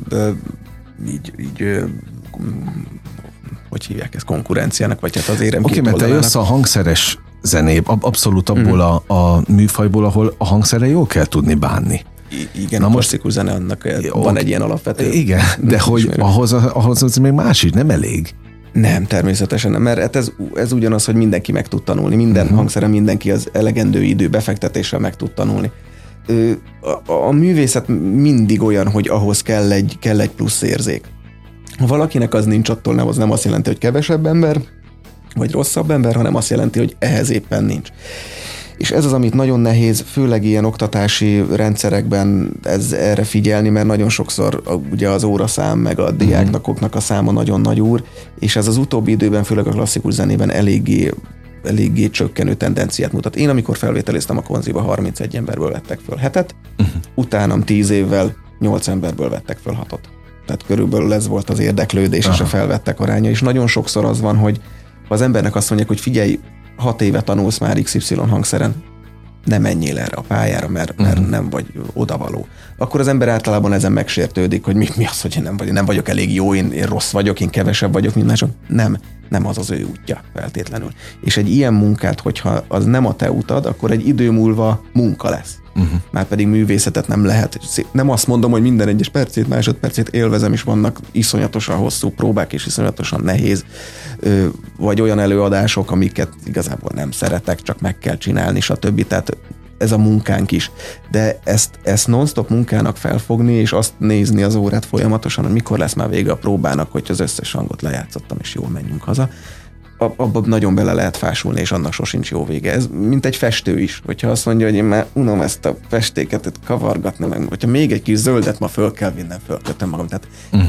hogy hívják ezt, konkurenciának, vagy hát az érem. Oké, mert te jössz a hangszeres zené, abszolút abból a műfajból, ahol a hangszerre jól kell tudni bánni. Igen, a klasszikus zene, annak van egy ilyen alapvető. Igen, de hogy ahhoz az még más is, nem elég. Nem, természetesen nem, mert ez ugyanaz, hogy mindenki meg tud tanulni. Minden hangszeren mindenki az elegendő idő befektetéssel meg tud tanulni. A művészet mindig olyan, hogy ahhoz kell egy plusz érzék. Ha valakinek az nincs, attól nem azt jelenti, hogy kevesebb ember, vagy rosszabb ember, hanem azt jelenti, hogy ehhez éppen nincs. És ez az, amit nagyon nehéz, főleg ilyen oktatási rendszerekben erre figyelni, mert nagyon sokszor ugye az óraszám, meg a diáknakoknak a száma nagyon nagy úr, és ez az utóbbi időben, főleg a klasszikus zenében eléggé csökkenő tendenciát mutat. Én, amikor felvételiztem a konziba, 31 emberből vettek föl 7-et, utánam 10 évvel 8 emberből vettek föl 6-ot. Tehát körülbelül ez volt az érdeklődés és a felvettek aránya, és nagyon sokszor az van, hogy az embernek azt mondják, hogy figyelj, 6 éve tanulsz már XY hangszeren, ne menjél erre a pályára, mert nem vagy odavaló. Akkor az ember általában ezen megsértődik, hogy mi az, hogy én nem vagyok elég jó, én rossz vagyok, én kevesebb vagyok, mint mások. Nem az az ő útja feltétlenül. És egy ilyen munkát, hogyha az nem a te utad, akkor egy idő múlva munka lesz. Márpedig művészetet nem lehet. Nem azt mondom, hogy minden egyes percét, másodpercét élvezem, és vannak iszonyatosan hosszú próbák, és iszonyatosan nehéz, vagy olyan előadások, amiket igazából nem szeretek, csak meg kell csinálni, stb. Tehát ez a munkánk is. De ezt non-stop munkának felfogni, és azt nézni az órát folyamatosan, hogy mikor lesz már vége a próbának, hogy az összes hangot lejátszottam, és jól menjünk haza. Abban nagyon bele lehet fásulni, és annak sosincs jó vége. Ez mint egy festő is. Hogyha azt mondja, hogy én már unom ezt a festéket kavargatni, meg hogyha még egy kis zöldet ma föl kell vinnem, fölkötöm magam. Tehát,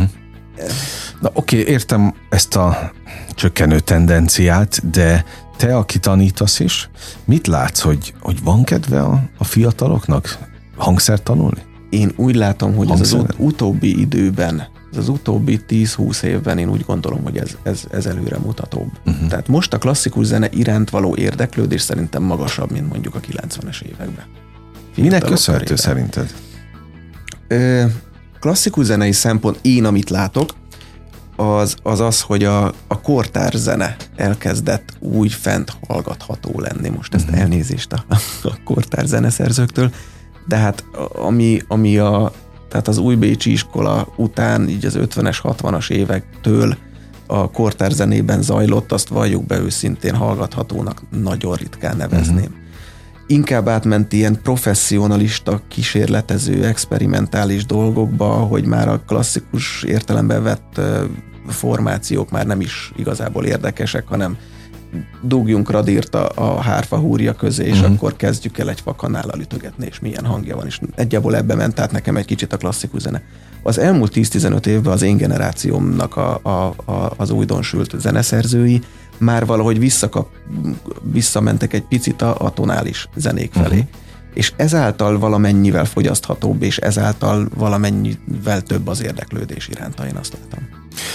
Na oké, értem ezt a csökkenő tendenciát, de te, aki tanítasz is, mit látsz, hogy van kedve a fiataloknak hangszert tanulni? Én úgy látom, hogy az utóbbi időben, az utóbbi 10-20 évben én úgy gondolom, hogy ez előre mutatóbb. Tehát most a klasszikus zene iránt való érdeklődés szerintem magasabb, mint mondjuk a 90-es években. Minek köszönhető szerinted? Klasszikus zenei szempont, én amit látok, az, hogy a kortárs zene elkezdett úgy fent hallgatható lenni. Most ezt elnézést a kortárs zeneszerzőktől, de hát tehát az újbécsi iskola után, így az 50-es, 60-as évektől a kortárs zenében zajlott, azt valljuk be őszintén, hallgathatónak nagyon ritkán nevezném. Inkább átment ilyen professzionalista, kísérletező, experimentális dolgokba, hogy már a klasszikus értelemben vett formációk már nem is igazából érdekesek, hanem dugjunk radírt a hárfa húrja közé, és akkor kezdjük el egy fakanállal ütögetni, és milyen hangja van, és egyébként ebbe ment át nekem egy kicsit a klasszikus zene. Az elmúlt 10-15 évben az én generációmnak az újdonsült zeneszerzői már valahogy visszamentek egy picit a tonális zenék felé. És ezáltal valamennyivel fogyaszthatóbb, és ezáltal valamennyivel több az érdeklődés iránta, én azt látom.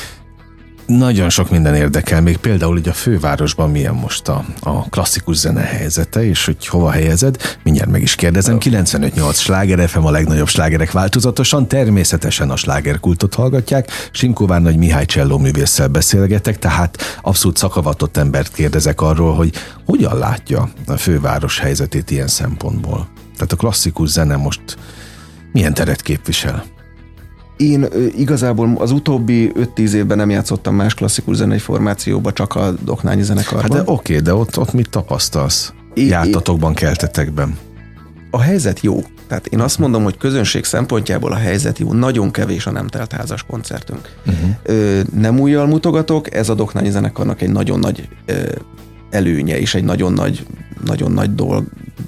Nagyon sok minden érdekel, még például így a fővárosban milyen most a klasszikus zene helyzete, és hogy hova helyezed, mindjárt meg is kérdezem. 95.8 Sláger FM, a legnagyobb slágerek változatosan, természetesen a slágerkultot hallgatják. Simko Várnagy Mihály csellóművésszel beszélgetek, tehát abszolút szakavatott embert kérdezek arról, hogy hogyan látja a főváros helyzetét ilyen szempontból. Tehát a klasszikus zene most milyen teret képvisel? Én igazából az utóbbi 5-10 évben nem játszottam más klasszikus zenei formációba, csak a Doknányi zenekarban. Hát de oké, de ott mit tapasztalsz? Jártatokban, keltetekben? A helyzet jó. Tehát én azt mondom, hogy közönség szempontjából a helyzet jó. Nagyon kevés a nem telt házas koncertünk. Nem újjal mutogatok, ez a Doknányi zenekarnak egy nagyon nagy előnye, és egy nagyon nagy dolg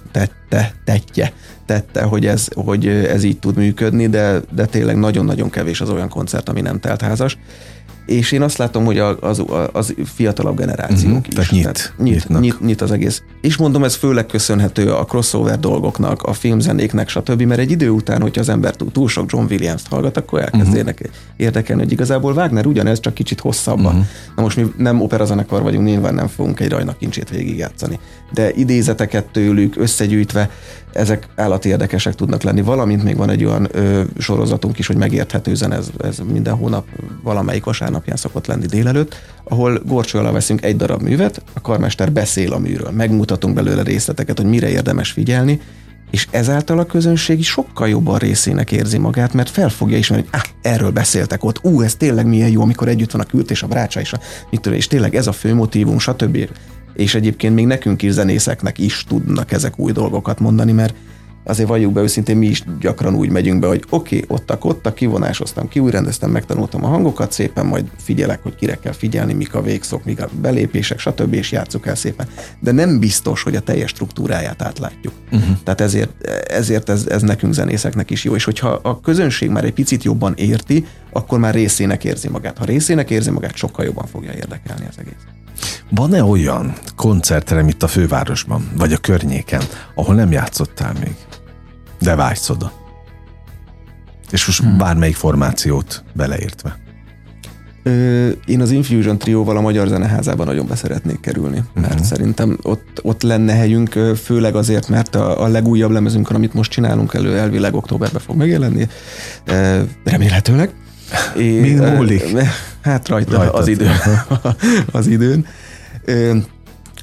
tette, hogy ez így tud működni, de tényleg nagyon-nagyon kevés az olyan koncert, ami nem telt házas. És én azt látom, hogy az fiatalabb generációk is. Nyit az egész. És mondom, ez főleg köszönhető a crossover dolgoknak, a filmzenéknek, stb., mert egy idő után, hogyha az ember túl sok John Williams-t hallgat, akkor elkezd érdekelni, hogy igazából Wagner ugyanez, csak kicsit hosszabban. Na most mi nem operazenekar vagyunk, nyilván nem fogunk egy Rajna kincsét végigjátszani. De idézeteket tőlük összegyűjtve, ezek állati érdekesek tudnak lenni. Valamint még van egy olyan sorozatunk is, hogy megérthető zene, ez minden hónap valamelyik vasárnapján szokott lenni délelőtt, ahol górcső alá veszünk egy darab művet, a karmester beszél a műről, megmutatunk belőle részleteket, hogy mire érdemes figyelni, és ezáltal a közönség is sokkal jobban részének érzi magát, mert fel fogja ismerni, hogy erről beszéltek ott, ez tényleg milyen jó, amikor együtt van a Kürt és a Brácsa és tényleg ez a fő motívum, stb. És egyébként még nekünk is zenészeknek is tudnak ezek új dolgokat mondani, mert azért valljuk be őszintén, mi is gyakran úgy megyünk be, hogy oké, ottak, kivonásoztam, kiújrendeztem, megtanultam a hangokat, szépen majd figyelek, hogy kire kell figyelni, mik a végszók, mik a belépések, stb. És játsszuk el szépen. De nem biztos, hogy a teljes struktúráját átlátjuk. Tehát ezért ez nekünk zenészeknek is jó, és hogyha a közönség már egy picit jobban érti, akkor már részének érzi magát. Ha részének érzi magát, sokkal jobban fogja érdekelni az egész. Van-e olyan koncertterem itt a fővárosban, vagy a környéken, ahol nem játszottál még, de vágysz oda? És most bármelyik formációt beleértve. Én az Infusion Trióval a Magyar Zeneházában nagyon beszeretnék kerülni, mert szerintem ott lenne helyünk, főleg azért, mert a legújabb lemezünkön, amit most csinálunk elvileg októberben fog megjelenni, remélhetőleg. Mind múlik? Hát rajta az időn.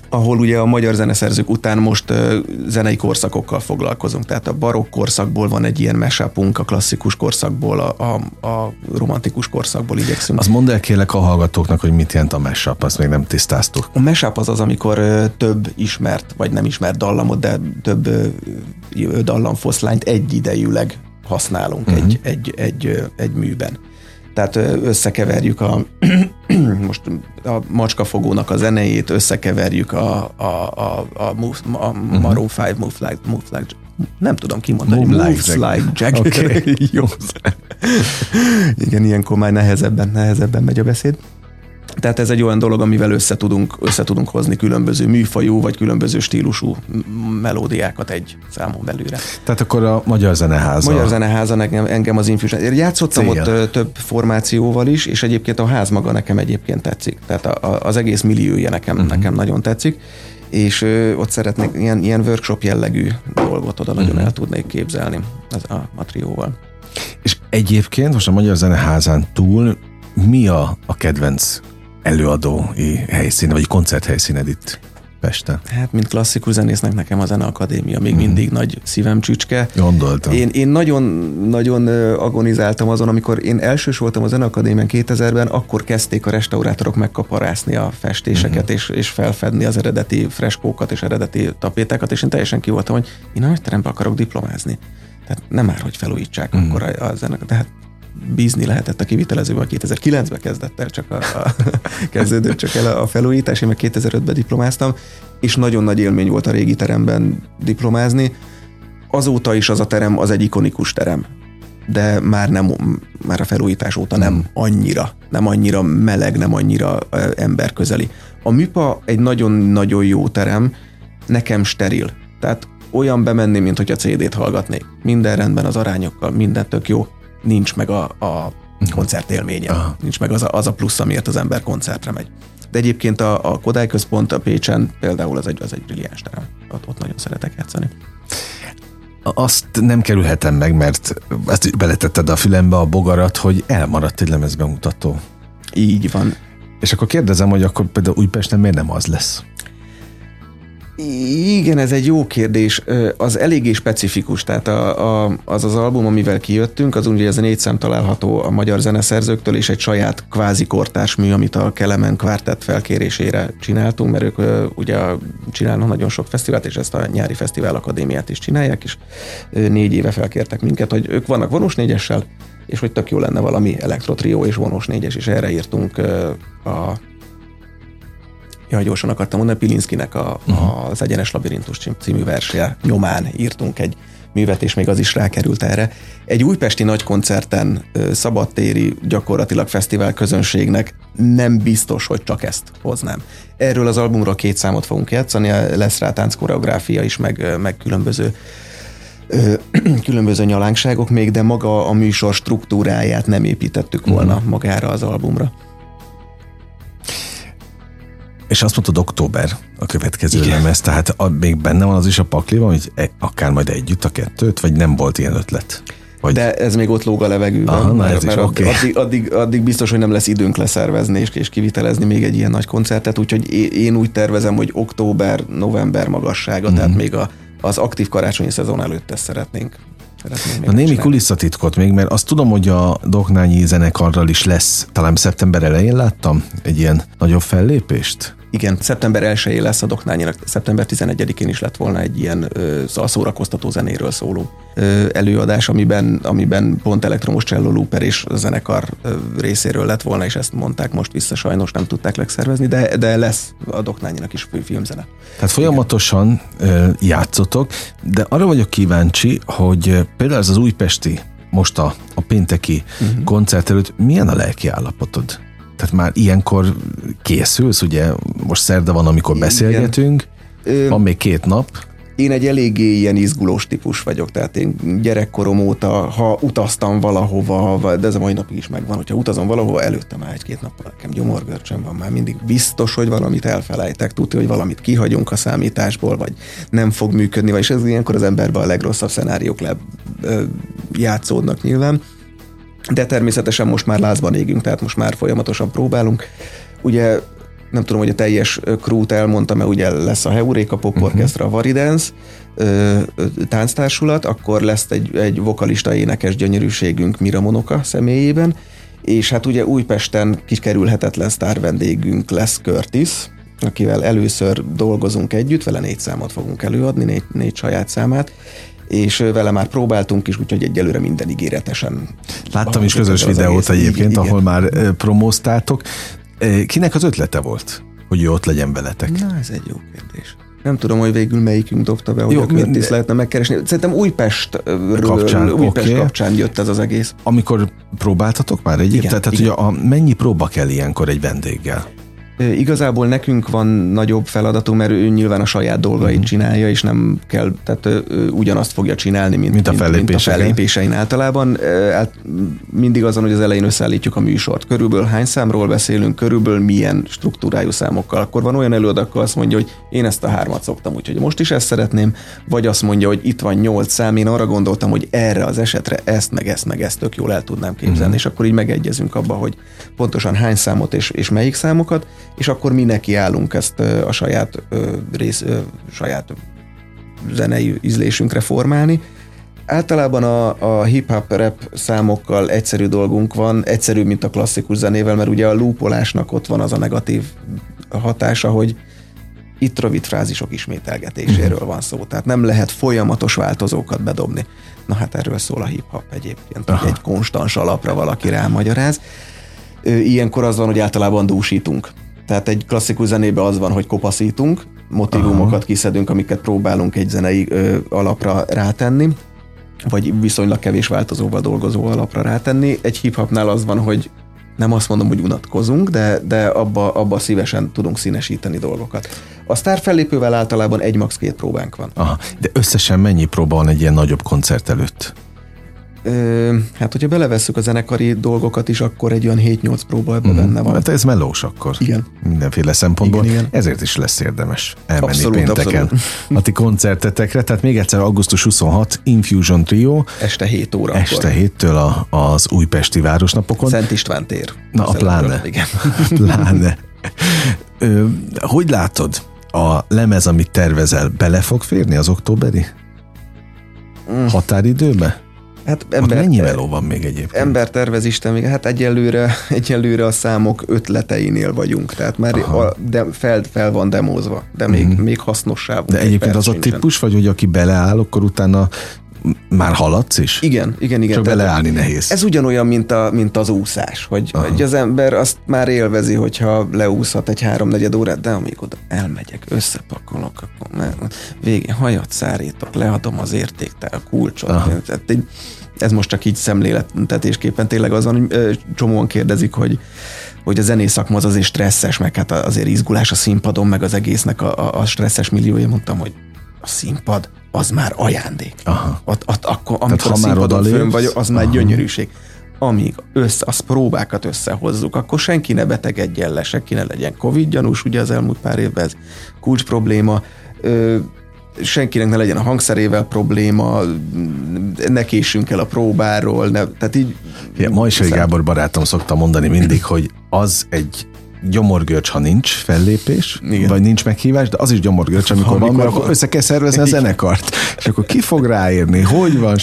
ahol ugye a magyar zeneszerzők után most zenei korszakokkal foglalkozunk. Tehát a barokk korszakból van egy ilyen mashup-unk, a klasszikus korszakból, a romantikus korszakból igyekszünk. Az mondd el kérlek a hallgatóknak, hogy mit jelent a mashup, azt még nem tisztáztuk. A mashup az, amikor több ismert, vagy nem ismert dallamot, de több dallamfoszlányt egyidejűleg használunk egy műben. Tehát összekeverjük most a macskafogónak a zenéjét, összekeverjük a Maroon 5 Move Like nem tudom kimondani. Moves Like Jack. Okay. Jó. Igen, ilyenkor már nehezebben megy a beszéd. Tehát ez egy olyan dolog, amivel össze tudunk hozni különböző műfajú, vagy különböző stílusú melódiákat egy számon belőle. Tehát akkor a Magyar Zeneháza. Magyar Zeneháza engem az Infusion. Játszottam ott több formációval is, és egyébként a ház maga nekem egyébként tetszik. Tehát az egész milliója nekem nagyon tetszik, és ott szeretnék ilyen workshop jellegű dolgot oda nagyon el tudnék képzelni a trióval. És egyébként most a Magyar Zeneházán túl mi a kedvenc előadói helyszíne, vagy koncerthelyszíned itt Pesten? Hát, mint klasszikus zenésznek nekem a Zeneakadémia még mindig nagy szívem csücske. Gondoltam. Én nagyon agonizáltam azon, amikor én elsős voltam a Zeneakadémián 2000-ben, akkor kezdték a restaurátorok megkaparászni a festéseket, és felfedni az eredeti freskókat és eredeti tapétákat, és én teljesen ki voltam, hogy én a nagyteremben akarok diplomázni. Tehát nem már, hogy felújítsák akkor a zenekar. Tehát bízni lehetett a kivitelezőben, 2009-ben kezdődött csak el a felújítás, én meg 2005-ben diplomáztam, és nagyon nagy élmény volt a régi teremben diplomázni. Azóta is az a terem az egy ikonikus terem, de már a felújítás óta nem annyira meleg, nem annyira emberközeli. A Műpa egy nagyon-nagyon jó terem, nekem steril. Tehát olyan bemenni, mint hogy a CD-t hallgatnék. Minden rendben az arányokkal, minden tök jó. Nincs meg a koncertélménye. Nincs meg az a plusz, amiért az ember koncertre megy. De egyébként a Kodály Központ a Pécsen például az egy brilliáns terem. Ott nagyon szeretek játszani. Azt nem kerülhetem meg, mert ezt beletetted a fülembe a bogarat, hogy elmaradt egy lemezbemutató. Így van. És akkor kérdezem, hogy akkor például Újpesten miért nem az lesz? Igen, ez egy jó kérdés. Az eléggé specifikus, tehát az album, amivel kijöttünk, az ugye ez a 4 szám található a magyar zeneszerzőktől, és egy saját kvázi kortársmű, amit a Kelemen Quartet felkérésére csináltunk, mert ők ugye csinálnak nagyon sok fesztivált, és ezt a nyári fesztivál akadémiát is csinálják, és 4 éve felkértek minket, hogy ők vannak vonós 4-essel, és hogy tök jó lenne valami elektrotrió és vonós 4-es, és erre írtunk gyorsan akartam mondani, Pilinszkinek az Egyenes Labirintus című verse nyomán írtunk egy művet, és még az is rákerült erre. Egy újpesti nagykoncerten, szabadtéri, gyakorlatilag fesztivál közönségnek nem biztos, hogy csak ezt hoznám. Erről az albumról 2 számot fogunk játszani, lesz rá tánckoreográfia is, meg különböző nyalánkságok még, de maga a műsor struktúráját nem építettük volna magára az albumra. És azt mondtad, október a következő lemez, tehát még benne van az is a pakliban, hogy akár majd együtt a kettőt, vagy nem volt ilyen ötlet? Vagy... De ez még ott lóg a levegőben, mert addig biztos, hogy nem lesz időnk leszervezni és kivitelezni még egy ilyen nagy koncertet, úgyhogy én úgy tervezem, hogy október-november magassága, tehát még az aktív karácsonyi szezon előtt ezt szeretnénk. A némi kulisszatitkot még, mert azt tudom, hogy a Doknányi zenekarral is lesz, talán szeptember elején láttam egy ilyen nagyobb fellépést. Igen, szeptember 1-én lesz a Doknányinak, szeptember 11-én is lett volna egy ilyen szórakoztató zenéről szóló előadás, amiben pont elektromos cello looper és a zenekar részéről lett volna, és ezt mondták most vissza, sajnos nem tudták megszervezni, de lesz a Doknányinak is filmzene. Tehát folyamatosan játszotok, de arra vagyok kíváncsi, hogy például ez az újpesti, most a pénteki koncert előtt milyen a lelki állapotod? Tehát már ilyenkor készülsz, ugye most szerda van, amikor beszélgetünk, van még 2 nap. Én egy eléggé ilyen izgulós típus vagyok, tehát én gyerekkorom óta, ha utaztam valahova, de ez a mai napig is megvan, hogyha utazom valahova, előtte már 1-2 nappal nekem gyomorgörcsöm van, már mindig biztos, hogy valamit elfelejtek, tudja, hogy valamit kihagyunk a számításból, vagy nem fog működni, és ez ilyenkor az emberben a legrosszabb szenáriók játszódnak nyilván. De természetesen most már lázban égünk, tehát most már folyamatosan próbálunk. Ugye nem tudom, hogy a teljes crew-t elmondtam, mert ugye lesz a Heuréka Pop Orchestra, a Varidance tánctársulat, akkor lesz egy vokalista énekes gyönyörűségünk Mira Monoka személyében, és hát ugye Újpesten kikerülhetetlen sztár vendégünk lesz Curtis, akivel először dolgozunk együtt, vele 4 számot fogunk előadni, 4 saját számát, és vele már próbáltunk is, úgyhogy egyelőre minden ígéretesen. Láttam is közös videót egyébként, igen. Ahol már promóztátok. Kinek az ötlete volt, hogy ő ott legyen veletek? Na, ez egy jó kérdés. Nem tudom, hogy végül melyikünk dobta be, hogy a Curtis lehetne megkeresni. Szerintem Újpest kapcsán jött ez az egész. Amikor próbáltatok már egyébként? Tehát ugye mennyi próba kell ilyenkor egy vendéggel? Igazából nekünk van nagyobb feladatunk, mert ő nyilván a saját dolgait csinálja, és nem kell, tehát ő ugyanazt fogja csinálni, mint a fellépésein általában. Mindig azon, hogy az elején összeállítjuk a műsort. Körülbelül hány számról beszélünk, körülbelül milyen struktúrájú számokkal. Akkor van olyan előadó, akkor azt mondja, hogy én ezt a 3-at szoktam, úgyhogy most is ezt szeretném, vagy azt mondja, hogy itt van 8 szám, én arra gondoltam, hogy erre az esetre ezt, meg ezt tök jól el tudnám képzelni, és akkor így megegyezünk abba, hogy pontosan hány számot és melyik számokat, és akkor mi nekiállunk ezt a saját zenei ízlésünkre formálni. Általában a hip-hop rap számokkal egyszerű dolgunk van, egyszerűbb, mint a klasszikus zenével, mert ugye a loopolásnak ott van az a negatív hatása, hogy itt rövid frázisok ismételgetéséről van szó, tehát nem lehet folyamatos változókat bedobni. Na hát erről szól a hip-hop egyébként, hogy egy konstans alapra valaki rámagyaráz. Ilyenkor az van, hogy általában dúsítunk. Tehát egy klasszikus zenében az van, hogy kopaszítunk, motivumokat kiszedünk, amiket próbálunk egy zenei alapra rátenni, vagy viszonylag kevés változóval dolgozó alapra rátenni. Egy hip-hopnál az van, hogy nem azt mondom, hogy unatkozunk, de abba szívesen tudunk színesíteni dolgokat. A sztár fellépővel általában 1 max. 2 próbánk van. Aha, de összesen mennyi próba van egy ilyen nagyobb koncert előtt? Hát, hogyha belevesszük a zenekari dolgokat is, akkor egy olyan 7-8 próba ebben benne van. Hát ez melós akkor. Igen. Mindenféle szempontból. Igen. Ezért is lesz érdemes elmenni pénteken a ti koncertetekre. Tehát még egyszer augusztus 26, Infusion Trio. Este 7 óra. Este 7-től az újpesti városnapokon. Szent István tér. Na, a pláne. Igen. Pláne. Hogy látod, a lemez, amit tervezel, bele fog férni az októberi határidőbe? Hát mennyi meló van még egyébként? Ember tervez Isten még, hát egyelőre a számok ötleteinél vagyunk, tehát már de fel van demózva, de még hasznossá. De egyébként az a típus vagy, hogy aki beleáll, akkor utána már haladsz is? Igen. Csak beleállni nehéz. Ez ugyanolyan, mint az úszás, hogy az ember azt már élvezi, hogyha leúszhat egy 3-4 órát, de amíg oda elmegyek, összepakolok, akkor végén hajat szárítok, leadom az értéktel, kulcsot. Ez most csak így szemlélettetésképpen tényleg az van, hogy csomóan kérdezik, hogy a zenész szakma az azért stresszes, meg hát azért izgulás a színpadon, meg az egésznek a stresszes milliója. Mondtam, hogy a színpad az már ajándék. Akkor, amikor a színpadon fönn vagy, az már gyönyörűség. Amíg az próbákat összehozzuk, akkor senki ne betegedjen le, senki ne legyen Covid gyanús, ugye az elmúlt pár évben ez kulcs probléma, senkinek ne legyen a hangszerével probléma, ne késsünk el a próbáról, tehát így... Majsai Gábor barátom szokta mondani mindig, hogy az egy gyomorgörcs, ha nincs fellépés, igen, vagy nincs meghívás, de az is gyomorgörcs, amikor van, mert akkor össze kell szervezni a zenekart. És akkor ki fog ráérni, hogy van,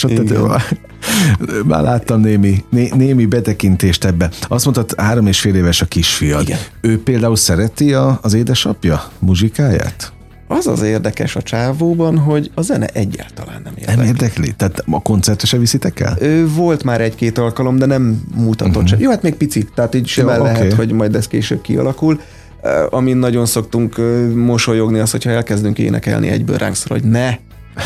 már láttam némi betekintést ebbe. Azt mondtad, 3,5 éves a kisfiad. Igen. Ő például szereti az édesapja muzsikáját? Az az érdekes a csávóban, hogy a zene egyáltalán nem érdekli. Nem érdekli? Tehát a koncertre se viszitek el? Volt már 1-2 alkalom, de nem mutatott sem. Jó, hát még picit, tehát így simán lehet, hogy majd ez később kialakul. Amin nagyon szoktunk mosolyogni az, hogyha elkezdünk énekelni egyből ránk szól, hogy ne.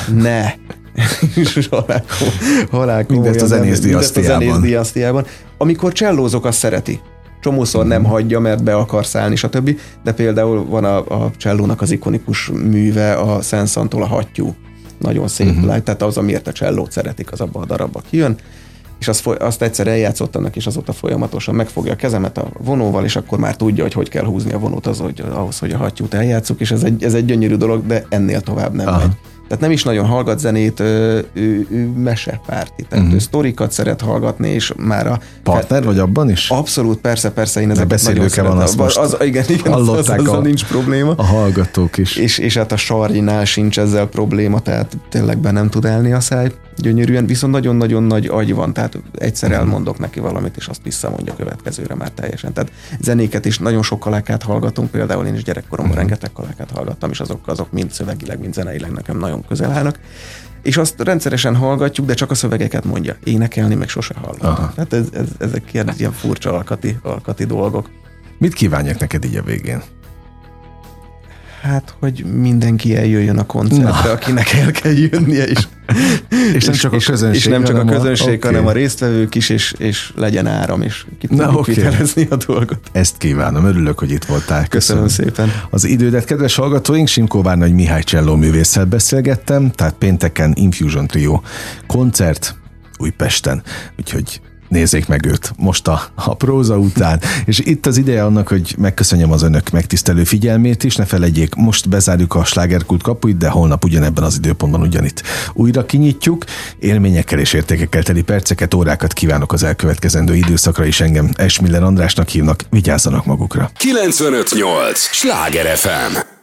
halál mindezt a zenész diasztiában. Amikor csellózok, azt szereti. Csomószor nem hagyja, mert be akar szállni, stb. De például van a csellónak az ikonikus műve, a Saint-Saëns-tól a Hattyú. Nagyon szép, tehát az, amiért a csellót szeretik, az abban a darabban kijön. És azt egyszer eljátszottam neki, és azóta folyamatosan megfogja a kezemet a vonóval, és akkor már tudja, hogy kell húzni a vonót ahhoz, hogy a Hattyút eljátszuk, és ez egy gyönyörű dolog, de ennél tovább nem megy. Tehát nem is nagyon hallgat zenét, ő mesepárti. Tehát ő sztorikat szeret hallgatni, és már a... Partner vagy abban is? Abszolút, persze, én ezeket nagyon szeretem. Igen, azzal nincs probléma. A hallgatók is. És hát a Sarjinál sincs ezzel probléma, tehát tényleg be nem tud elni a száj gyönyörűen, viszont nagyon-nagyon nagy agy van, tehát egyszer elmondok neki valamit, és azt visszamondja következőre már teljesen. Tehát zenéket is nagyon sok kalákát hallgatunk, például én is gyerekkoromban rengeteg kalákát hallgattam, és azok mind szövegileg, mind zeneileg nekem nagyon közel állnak. És azt rendszeresen hallgatjuk, de csak a szövegeket mondja. Énekelni meg sose hallgatom. Tehát ezek ilyen furcsa alkati dolgok. Mit kívánjak neked így a végén? Hát, hogy mindenki eljöjjön a koncertre, akinek el kell jönnie is. És nem csak a közönség, és nem csak a közönség, hanem a résztvevők is, és legyen áram, és ki tudjuk vitelezni a dolgot. Ezt kívánom, örülök, hogy itt voltál. Köszönöm szépen. Az idődet, kedves hallgatóink, Simkó Várnagy Mihály csellóművésszel beszélgettem, tehát pénteken Infusion Trio koncert Újpesten, úgyhogy nézzék meg őt most a próza után. És itt az ideje annak, hogy megköszönjem az önök megtisztelő figyelmét is. Ne felejtjék, most bezárjuk a Slágerkult kapuit, de holnap ugyanebben az időpontban ugyanitt újra kinyitjuk. Élményekkel és értékekkel teli perceket, órákat kívánok az elkövetkezendő időszakra is. Engem Esmiller Andrásnak hívnak. Vigyázzanak magukra. 95.8 Sláger FM.